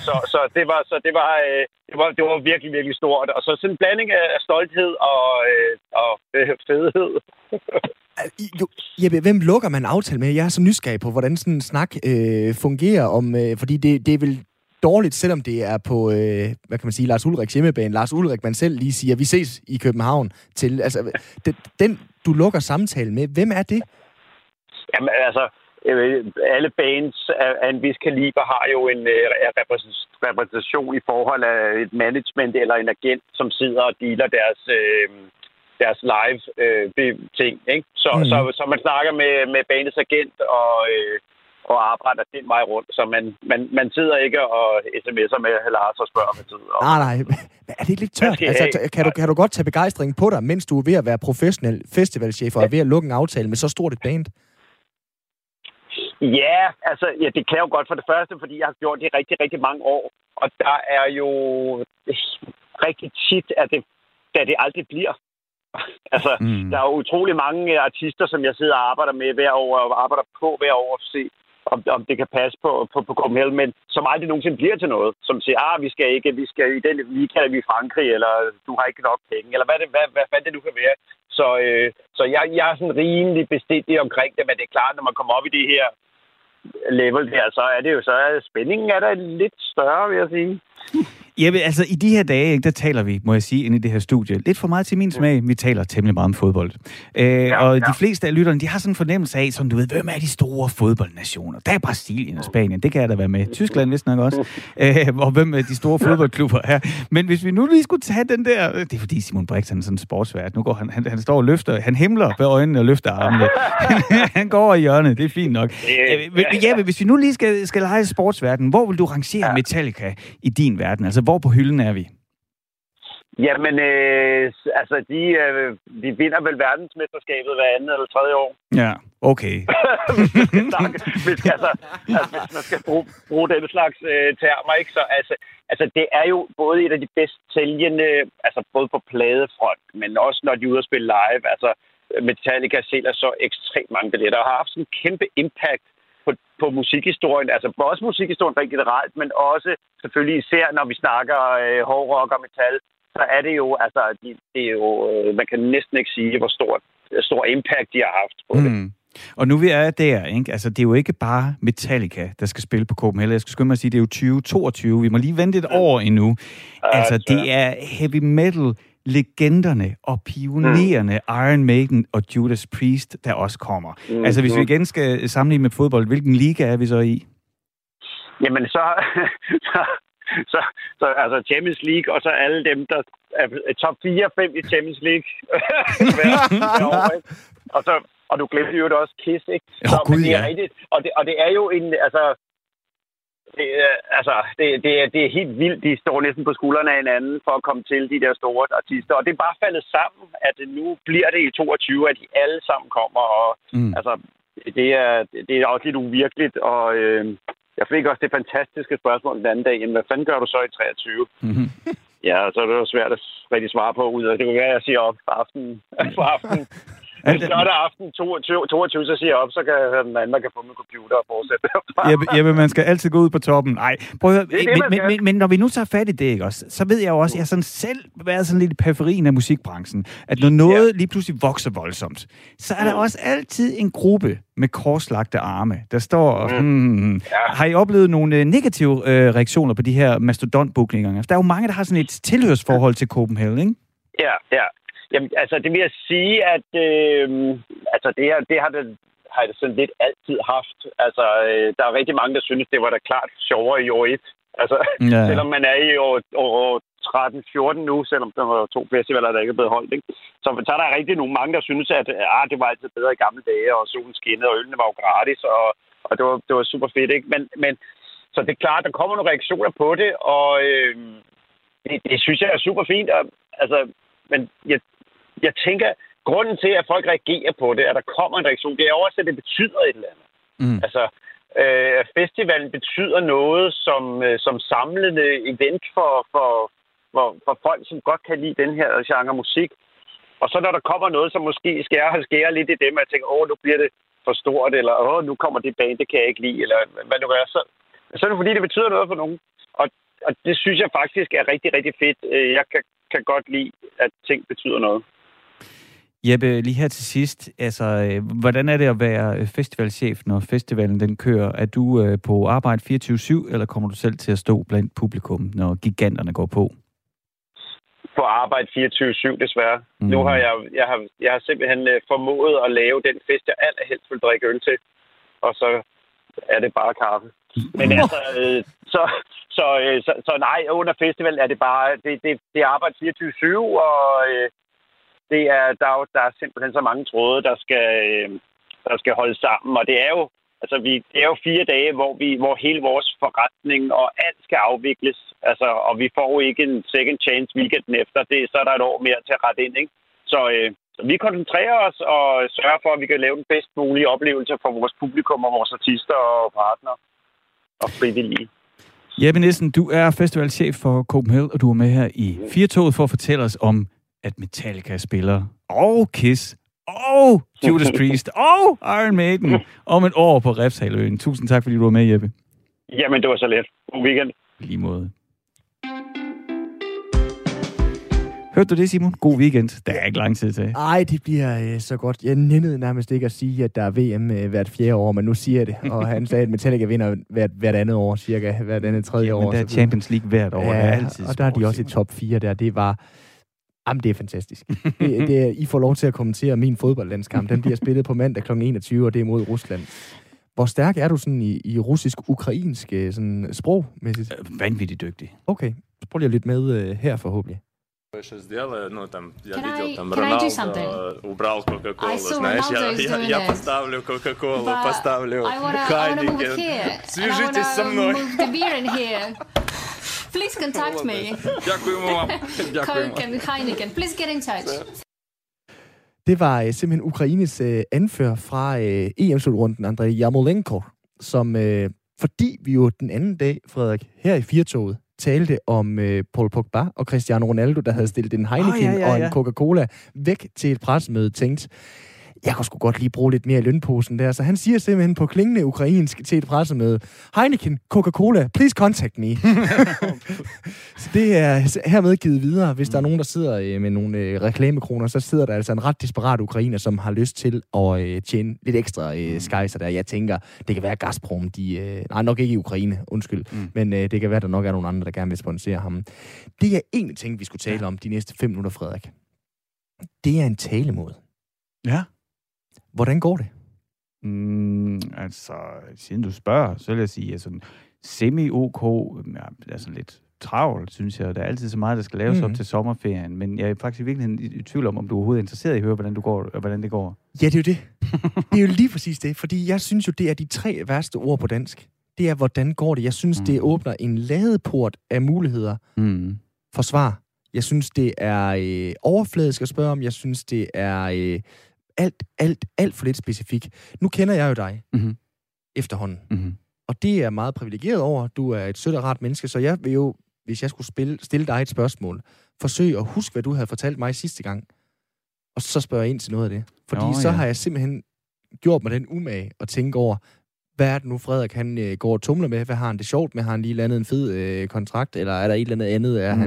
det var virkelig, virkelig stort. Og så sådan en blanding af stolthed og fedhed. Jeppe, hvem lukker man aftale med? Jeg er så nysgerrig på, hvordan sådan en snak fungerer om, fordi det er vel dårligt, selvom det er på, hvad kan man sige, Lars Ulriks hjemmebane. Lars Ulrik, man selv lige siger, vi ses i København til. Altså, den, du lukker samtalen med, hvem er det? Jamen, altså, alle bands af en vis kaliber har jo en repræsentation i forhold af et management eller en agent, som sidder og dealer deres live ting, ikke? Så man snakker med bandets agent og arbejder den vej rundt, så man sidder ikke og sms'er med Lars og spørger med tid. Nej. Er det lidt tørt? Altså, kan du godt tage begejstringen på dig, mens du er ved at være professionel festivalchef og er ved at lukke en aftale med så stort et band? Ja, det kan jeg jo godt for det første, fordi jeg har gjort det i rigtig, rigtig mange år. Og der er jo rigtig tit, at det aldrig bliver. Der er jo utrolig mange artister, som jeg sidder og arbejder med hver år, og arbejder på hver år at se, om det kan passe på Copenhagen, men som aldrig nogensinde bliver til noget. Som siger, vi skal i den weekend er vi i Frankrig, eller du har ikke nok penge, eller hvad fanden det nu kan være. Så jeg er sådan rimelig bestemt omkring det, men det er klart, når man kommer op i det her level der, så er spændingen er der lidt større, vil jeg sige. Jeppe, altså i de her dage, ikke, der taler vi, må jeg sige, inde i det her studie, lidt for meget til min smag. Vi taler temmelig meget om fodbold. De fleste af lytterne, de har sådan en fornemmelse af, sådan, du ved, hvem er de store fodboldnationer? Der er Brasilien og Spanien, det kan jeg da være med. Tyskland vist nok også. Og hvem er de store fodboldklubber her? Men hvis vi nu lige skulle tage den der... Det er fordi Simon Brix, han er sådan en sportsvært. Nu går han står og løfter, han himler ved øjnene og løfter armene. Han går over i hjørnet, det er fint nok. Jeppe, hvis vi nu lige skal lege sportsverden, hvor vil du rangere Metallica i din verden? Altså, hvor på hylden er vi? Jamen, altså, de vinder vel verdensmesterskabet hver andet eller tredje år. Ja, okay. hvis man skal bruge den slags termer, ikke? Så altså, det er jo både et af de bedst sælgende, altså både på pladefront, men også når de er ude at spille live. Altså, Metallica sælger så ekstremt mange billetter og har haft sådan en kæmpe impact på musikhistorien, altså også musikhistorien rigtig generelt, men også selvfølgelig især, når vi snakker hård rock og metal, så er det jo, altså, det er jo, man kan næsten ikke sige, hvor stor impact de har haft på det. Og nu vi er der, ikke? Altså, det er jo ikke bare Metallica, der skal spille på Copenhagen. Jeg skal skynde mig at sige, det er jo 2022. Vi må lige vente et år endnu. Altså, det er heavy metal legenderne og pionererne Iron Maiden og Judas Priest, der også kommer. Altså, hvis vi igen skal sammenligne med fodbold, hvilken liga er vi så i? Jamen, så altså Champions League, og så alle dem, der er top 4-5 i Champions League. Og du glemte jo også Kiss, ikke? Men det er rigtigt. Og det er jo en, det er helt vildt. De står næsten på skuldrene af hinanden for at komme til de der store artister. Og det er bare faldet sammen, at nu bliver det i 22, at de alle sammen kommer. Og altså, det er også lidt uvirkeligt. Og jeg fik også det fantastiske spørgsmål den anden dag. Jamen, hvad fanden gør du så i 23? Ja, så er det jo svært at rigtig svare på ud. Det kunne være, at jeg siger op for aftenen. Lørdag aften 22, så siger jeg op, så kan den anden kan få min computer og fortsætte. Jeppe, man skal altid gå ud på toppen. Nej, prøv at høre. Men når vi nu tager fat i det, ikke også, så ved jeg jo også, at jeg sådan selv været sådan lidt i periferien af musikbranchen, at når noget lige pludselig vokser voldsomt, så er der også altid en gruppe med korslagte arme, der står og... Har I oplevet nogle negative reaktioner på de her mastodontbookninger? Der er jo mange, der har sådan et tilhørsforhold til Copenhagen, ikke? Ja. Jamen, altså, det vil jeg sige, at det har jeg sådan lidt altid haft. Altså, der er rigtig mange, der synes, det var da klart sjovere i år 1. Altså, selvom man er i år 13-14 nu, selvom der var 2 festivaler, der ikke er blevet holdt, ikke? Så er der rigtig mange, der synes, at det var altid bedre i gamle dage, og solen skinnede, og ølene var jo gratis, og det var super fedt, ikke? Men så det er klart, der kommer nogle reaktioner på det, og det synes jeg er super fint. Altså, men jeg tænker, grunden til, at folk reagerer på det, at der kommer en reaktion, det er også, at det betyder et eller andet. Altså, festivalen betyder noget som samlende event for folk, som godt kan lide den her genre musik. Og så når der kommer noget, som måske skærer lidt i dem, at jeg tænker, nu bliver det for stort, eller nu kommer det band, det kan jeg ikke lide, eller hvad det er. Så er det fordi, det betyder noget for nogen. Og det synes jeg faktisk er rigtig, rigtig fedt. Jeg kan godt lide, at ting betyder noget. Jeppe, lige her til sidst, altså, hvordan er det at være festivalchef, når festivalen den kører? Er du på arbejde 24/7, eller kommer du selv til at stå blandt publikum, når giganterne går på? På arbejde 24/7, desværre. Nu har jeg har simpelthen formået at lave den fest, jeg allerhelst vil drikke øl til. Og så er det bare kaffe. Men altså, så nej, under festivalen er det bare, det er arbejde 24/7, og der er simpelthen så mange tråde, der skal holde sammen, og det er jo, altså det er jo 4 dage, hvor hele vores forretning og alt skal afvikles, altså, og vi får jo ikke en second chance weekenden efter, så er der et år mere til at rette ind, ikke? Så vi koncentrerer os og sørger for, at vi kan lave den bedst mulige oplevelse for vores publikum og vores artister og partnere og frivillige. Jeppe Nissen, du er festivalchef for Copenhagen, og du er med her i Firtoget for at fortælle os om, at Metallica spiller, og Kiss, og Judas Priest, og Iron Maiden om et år på Refshaløen. Tusind tak, fordi du var med, Jeppe. Jamen, det var så let. God weekend. Lige måde. Hørte du det, Simon? God weekend. Der er ikke lang tid til. Ej, det bliver så godt. Jeg nændede nærmest ikke at sige, at der er VM hvert 4. år, men nu siger jeg det. Og han sagde, at Metallica vinder hvert andet år, cirka hvert andet tredje år. Men der er Champions League hvert år. Ja, der er altid og der er de også i top 4 der. Det var... Jamen, det er fantastisk. I får lov til at kommentere min fodboldlandskamp. Den bliver spillet på mandag kl. 21, og det er mod Rusland. Hvor stærk er du sådan i russisk-ukrainsk sådan sprogmæssigt? Vanvittigt dygtig. Okay, så prøv lige at lytte med her forhåbentlig. Can I do something? I saw Ronaldo doing Я it. поставлю Кока-Колу, But поставлю I wanna move it here. Свяжитесь со And I мной. wanna move the beer in here. Please contact me. Дякуємо вам. Coke and Heineken. Please get in touch. Det var simpelthen Ukraines anfører fra EM-slutrunden, Andrei Yarmolenko, som, fordi vi jo den anden dag, Frederik, her i Firtoget, talte om Paul Pogba og Cristiano Ronaldo, der havde stillet en Heineken og en Coca-Cola væk til et pressemøde, tænkt, jeg kunne sgu godt lige bruge lidt mere i lønposen der. Så han siger simpelthen på klingende ukrainsk til et pressemøde, Heineken, Coca-Cola, please contact me. Så det er hermed givet videre. Hvis der er nogen, der sidder med nogle reklamekroner, så sidder der altså en ret desperat ukrainer, som har lyst til at tjene lidt ekstra skejser der. Jeg tænker, det kan være Gazprom, nej, nok ikke i Ukraine, undskyld. Men det kan være, der nok er nogle andre, der gerne vil sponsere ham. Det er en ting, vi skulle tale om de næste 5 minutter, Frederik. Det er en talemåde. Ja. Hvordan går det? Altså, siden du spørger, så vil jeg sige, at sådan semi-OK, det er sådan lidt travlt, synes jeg. Der er altid så meget, der skal laves op til sommerferien, men jeg er faktisk virkelig i tvivl om du overhovedet er interesseret i at høre, hvordan det går. Ja, det er jo det. Det er jo lige præcis det, fordi jeg synes jo, det er de 3 værste ord på dansk. Det er, hvordan går det? Jeg synes, det åbner en ladeport af muligheder for svar. Jeg synes, det er overfladisk at spørge om. Jeg synes, det er alt for lidt specifik. Nu kender jeg jo dig efterhånden. Og det er meget privilegeret over. Du er et sødt og rart menneske, så jeg vil jo, hvis jeg skulle stille dig et spørgsmål, forsøge at huske, hvad du havde fortalt mig sidste gang, og så spørge ind til noget af det. Fordi så har jeg simpelthen gjort mig den umage at tænke over, hvad er det nu, Frederik, han går og tumler med? Hvad har han det sjovt med? Har han lige landet en fed kontrakt? Eller er der et eller andet? Er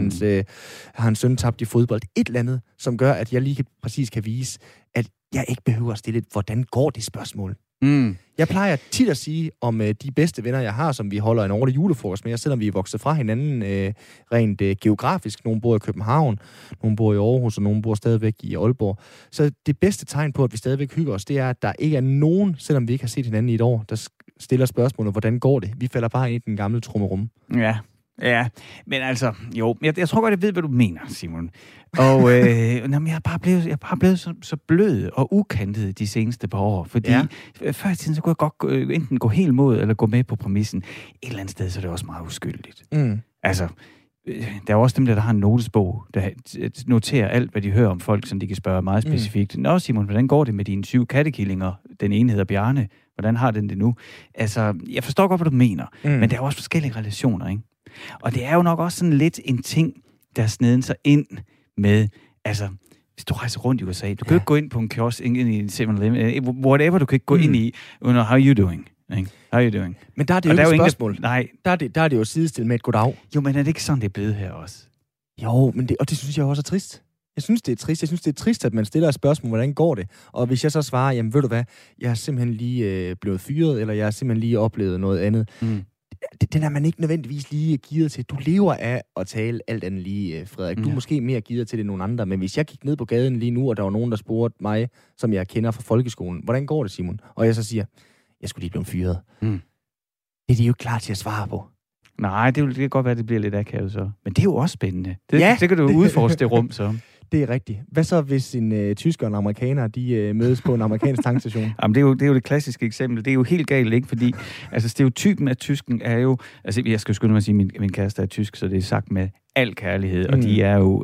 hans søn tabt i fodbold? Et eller andet, som gør, at jeg lige præcis kan vise, at jeg ikke behøver at stille et, hvordan går det spørgsmål? Jeg plejer tit at sige om de bedste venner, jeg har, som vi holder en årlig julefrokost med, selvom vi er vokset fra hinanden rent geografisk. Nogle bor i København, nogle bor i Aarhus, og nogle bor stadigvæk i Aalborg. Så det bedste tegn på, at vi stadigvæk hygger os, det er, at der ikke er nogen, selvom vi ikke har set hinanden i et år, der stiller spørgsmålet, hvordan går det? Vi falder bare ind i den gamle trummerum. Ja, men altså, jo, jeg tror godt, jeg ved, hvad du mener, Simon. Og jeg er bare blevet så blød og ukantet de seneste par år, fordi før i tiden, så kunne jeg godt enten gå helt mod, eller gå med på præmissen. Et eller andet sted, så er det også meget uskyldigt. Altså, der er også dem, der har en notesbog, der noterer alt, hvad de hører om folk, som de kan spørge meget specifikt. Nå, Simon, hvordan går det med dine 7 kattekillinger? Den ene hedder Bjarne. Hvordan har den det nu? Altså, jeg forstår godt, hvad du mener, men der er også forskellige relationer, ikke? Og det er jo nok også sådan lidt en ting, der sneden sig ind med, altså, hvis du rejser rundt i USA, du kan ikke gå ind på en kiosk, ind i 7-Eleven, whatever, du kan ikke gå ind i, under how you doing? How are you doing? Men der er det jo ikke et spørgsmål. Nej. Der er det jo sidestillet med et goddag. Jo, men er det ikke sådan, det er blevet her også? Jo, men det synes jeg også er trist. Jeg synes, det er trist. Jeg synes, det er trist, at man stiller et spørgsmål, hvordan går det? Og hvis jeg så svarer, jamen ved du hvad, jeg er simpelthen lige blevet fyret, eller jeg har simpelthen lige oplevet noget andet. Den er man ikke nødvendigvis lige gearet til. Du lever af at tale alt andet lige, Frederik. Du er måske mere gearet til det end nogen andre, men hvis jeg gik ned på gaden lige nu, og der var nogen, der spurgte mig, som jeg kender fra folkeskolen, hvordan går det, Simon? Og jeg så siger, jeg skulle lige blive fyret. Det er de jo klar til at svare på. Nej, det kan godt være, at det bliver lidt akavet så. Men det er jo også spændende. Det kan du udforske det rum så. Det er rigtigt. Hvad så, hvis en tysker og en amerikaner, de mødes på en amerikansk tankstation? Jamen, det er jo det klassiske eksempel. Det er jo helt galt, ikke? Fordi altså, stereotypen af tysken er jo... Altså, jeg skal skynde mig at sige, at min kæreste er tysk, så det er sagt med al kærlighed, og de er jo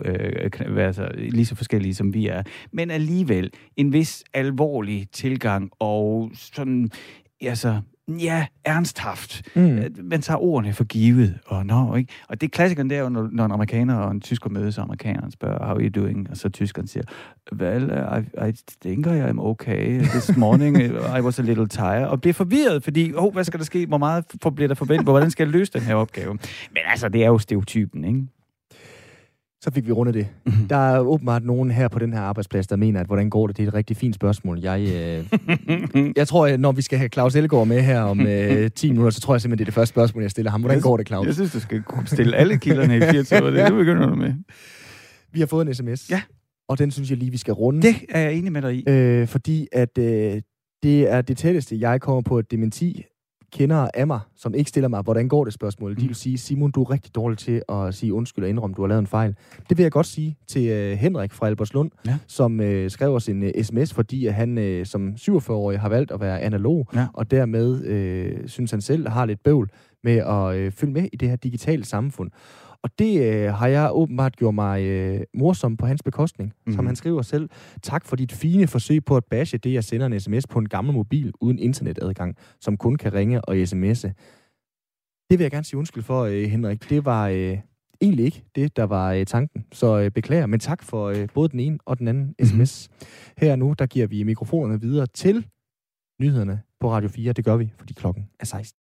lige så forskellige, som vi er. Men alligevel en vis alvorlig tilgang, og sådan... Altså... Ja, ernsthaft. Man tager ordene for givet, og ikke? Og det klassikeren, det er jo, når en amerikaner og en tysker mødes, og amerikaneren spørger, how are you doing? Og så tyskeren siger, well, I think I am okay. This morning I was a little tired. Og bliver forvirret, fordi, hvad skal der ske? Hvor meget bliver der forventet? Hvordan skal jeg løse den her opgave? Men altså, det er jo stereotypen, ikke? Så fik vi rundet det. Der er åbenbart nogen her på den her arbejdsplads, der mener, at hvordan går det? Det er et rigtig fint spørgsmål. Jeg tror, at når vi skal have Claus Elgaard med her om 10 minutter, så tror jeg simpelthen, det er det første spørgsmål, jeg stiller ham. Hvordan går det, Claus? Jeg synes, du skal stille alle kilderne i 24. Det begynder du med. Vi har fået en sms. Ja. Og den synes jeg lige, vi skal runde. Det er jeg enig med dig i. Fordi at det er det tætteste, jeg kommer på et dementi. Kender af mig, som ikke stiller mig, hvordan går det spørgsmål. De vil sige, Simon, du er rigtig dårlig til at sige undskyld og indrømme, du har lavet en fejl. Det vil jeg godt sige til Henrik fra Albertslund, som skrev os en sms, fordi at han som 47-årig har valgt at være analog, og dermed synes han selv har lidt bøvl med at følge med i det her digitale samfund. Og det har jeg åbenbart gjort mig morsom på hans bekostning, som han skriver selv. Tak for dit fine forsøg på at bashe det, jeg sender en sms på en gammel mobil uden internetadgang, som kun kan ringe og sms'e. Det vil jeg gerne sige undskyld for, Henrik. Det var egentlig ikke det, der var tanken. Så beklager, men tak for både den ene og den anden sms. Her nu, der giver vi mikrofonerne videre til nyhederne på Radio 4. Det gør vi, fordi klokken er 16.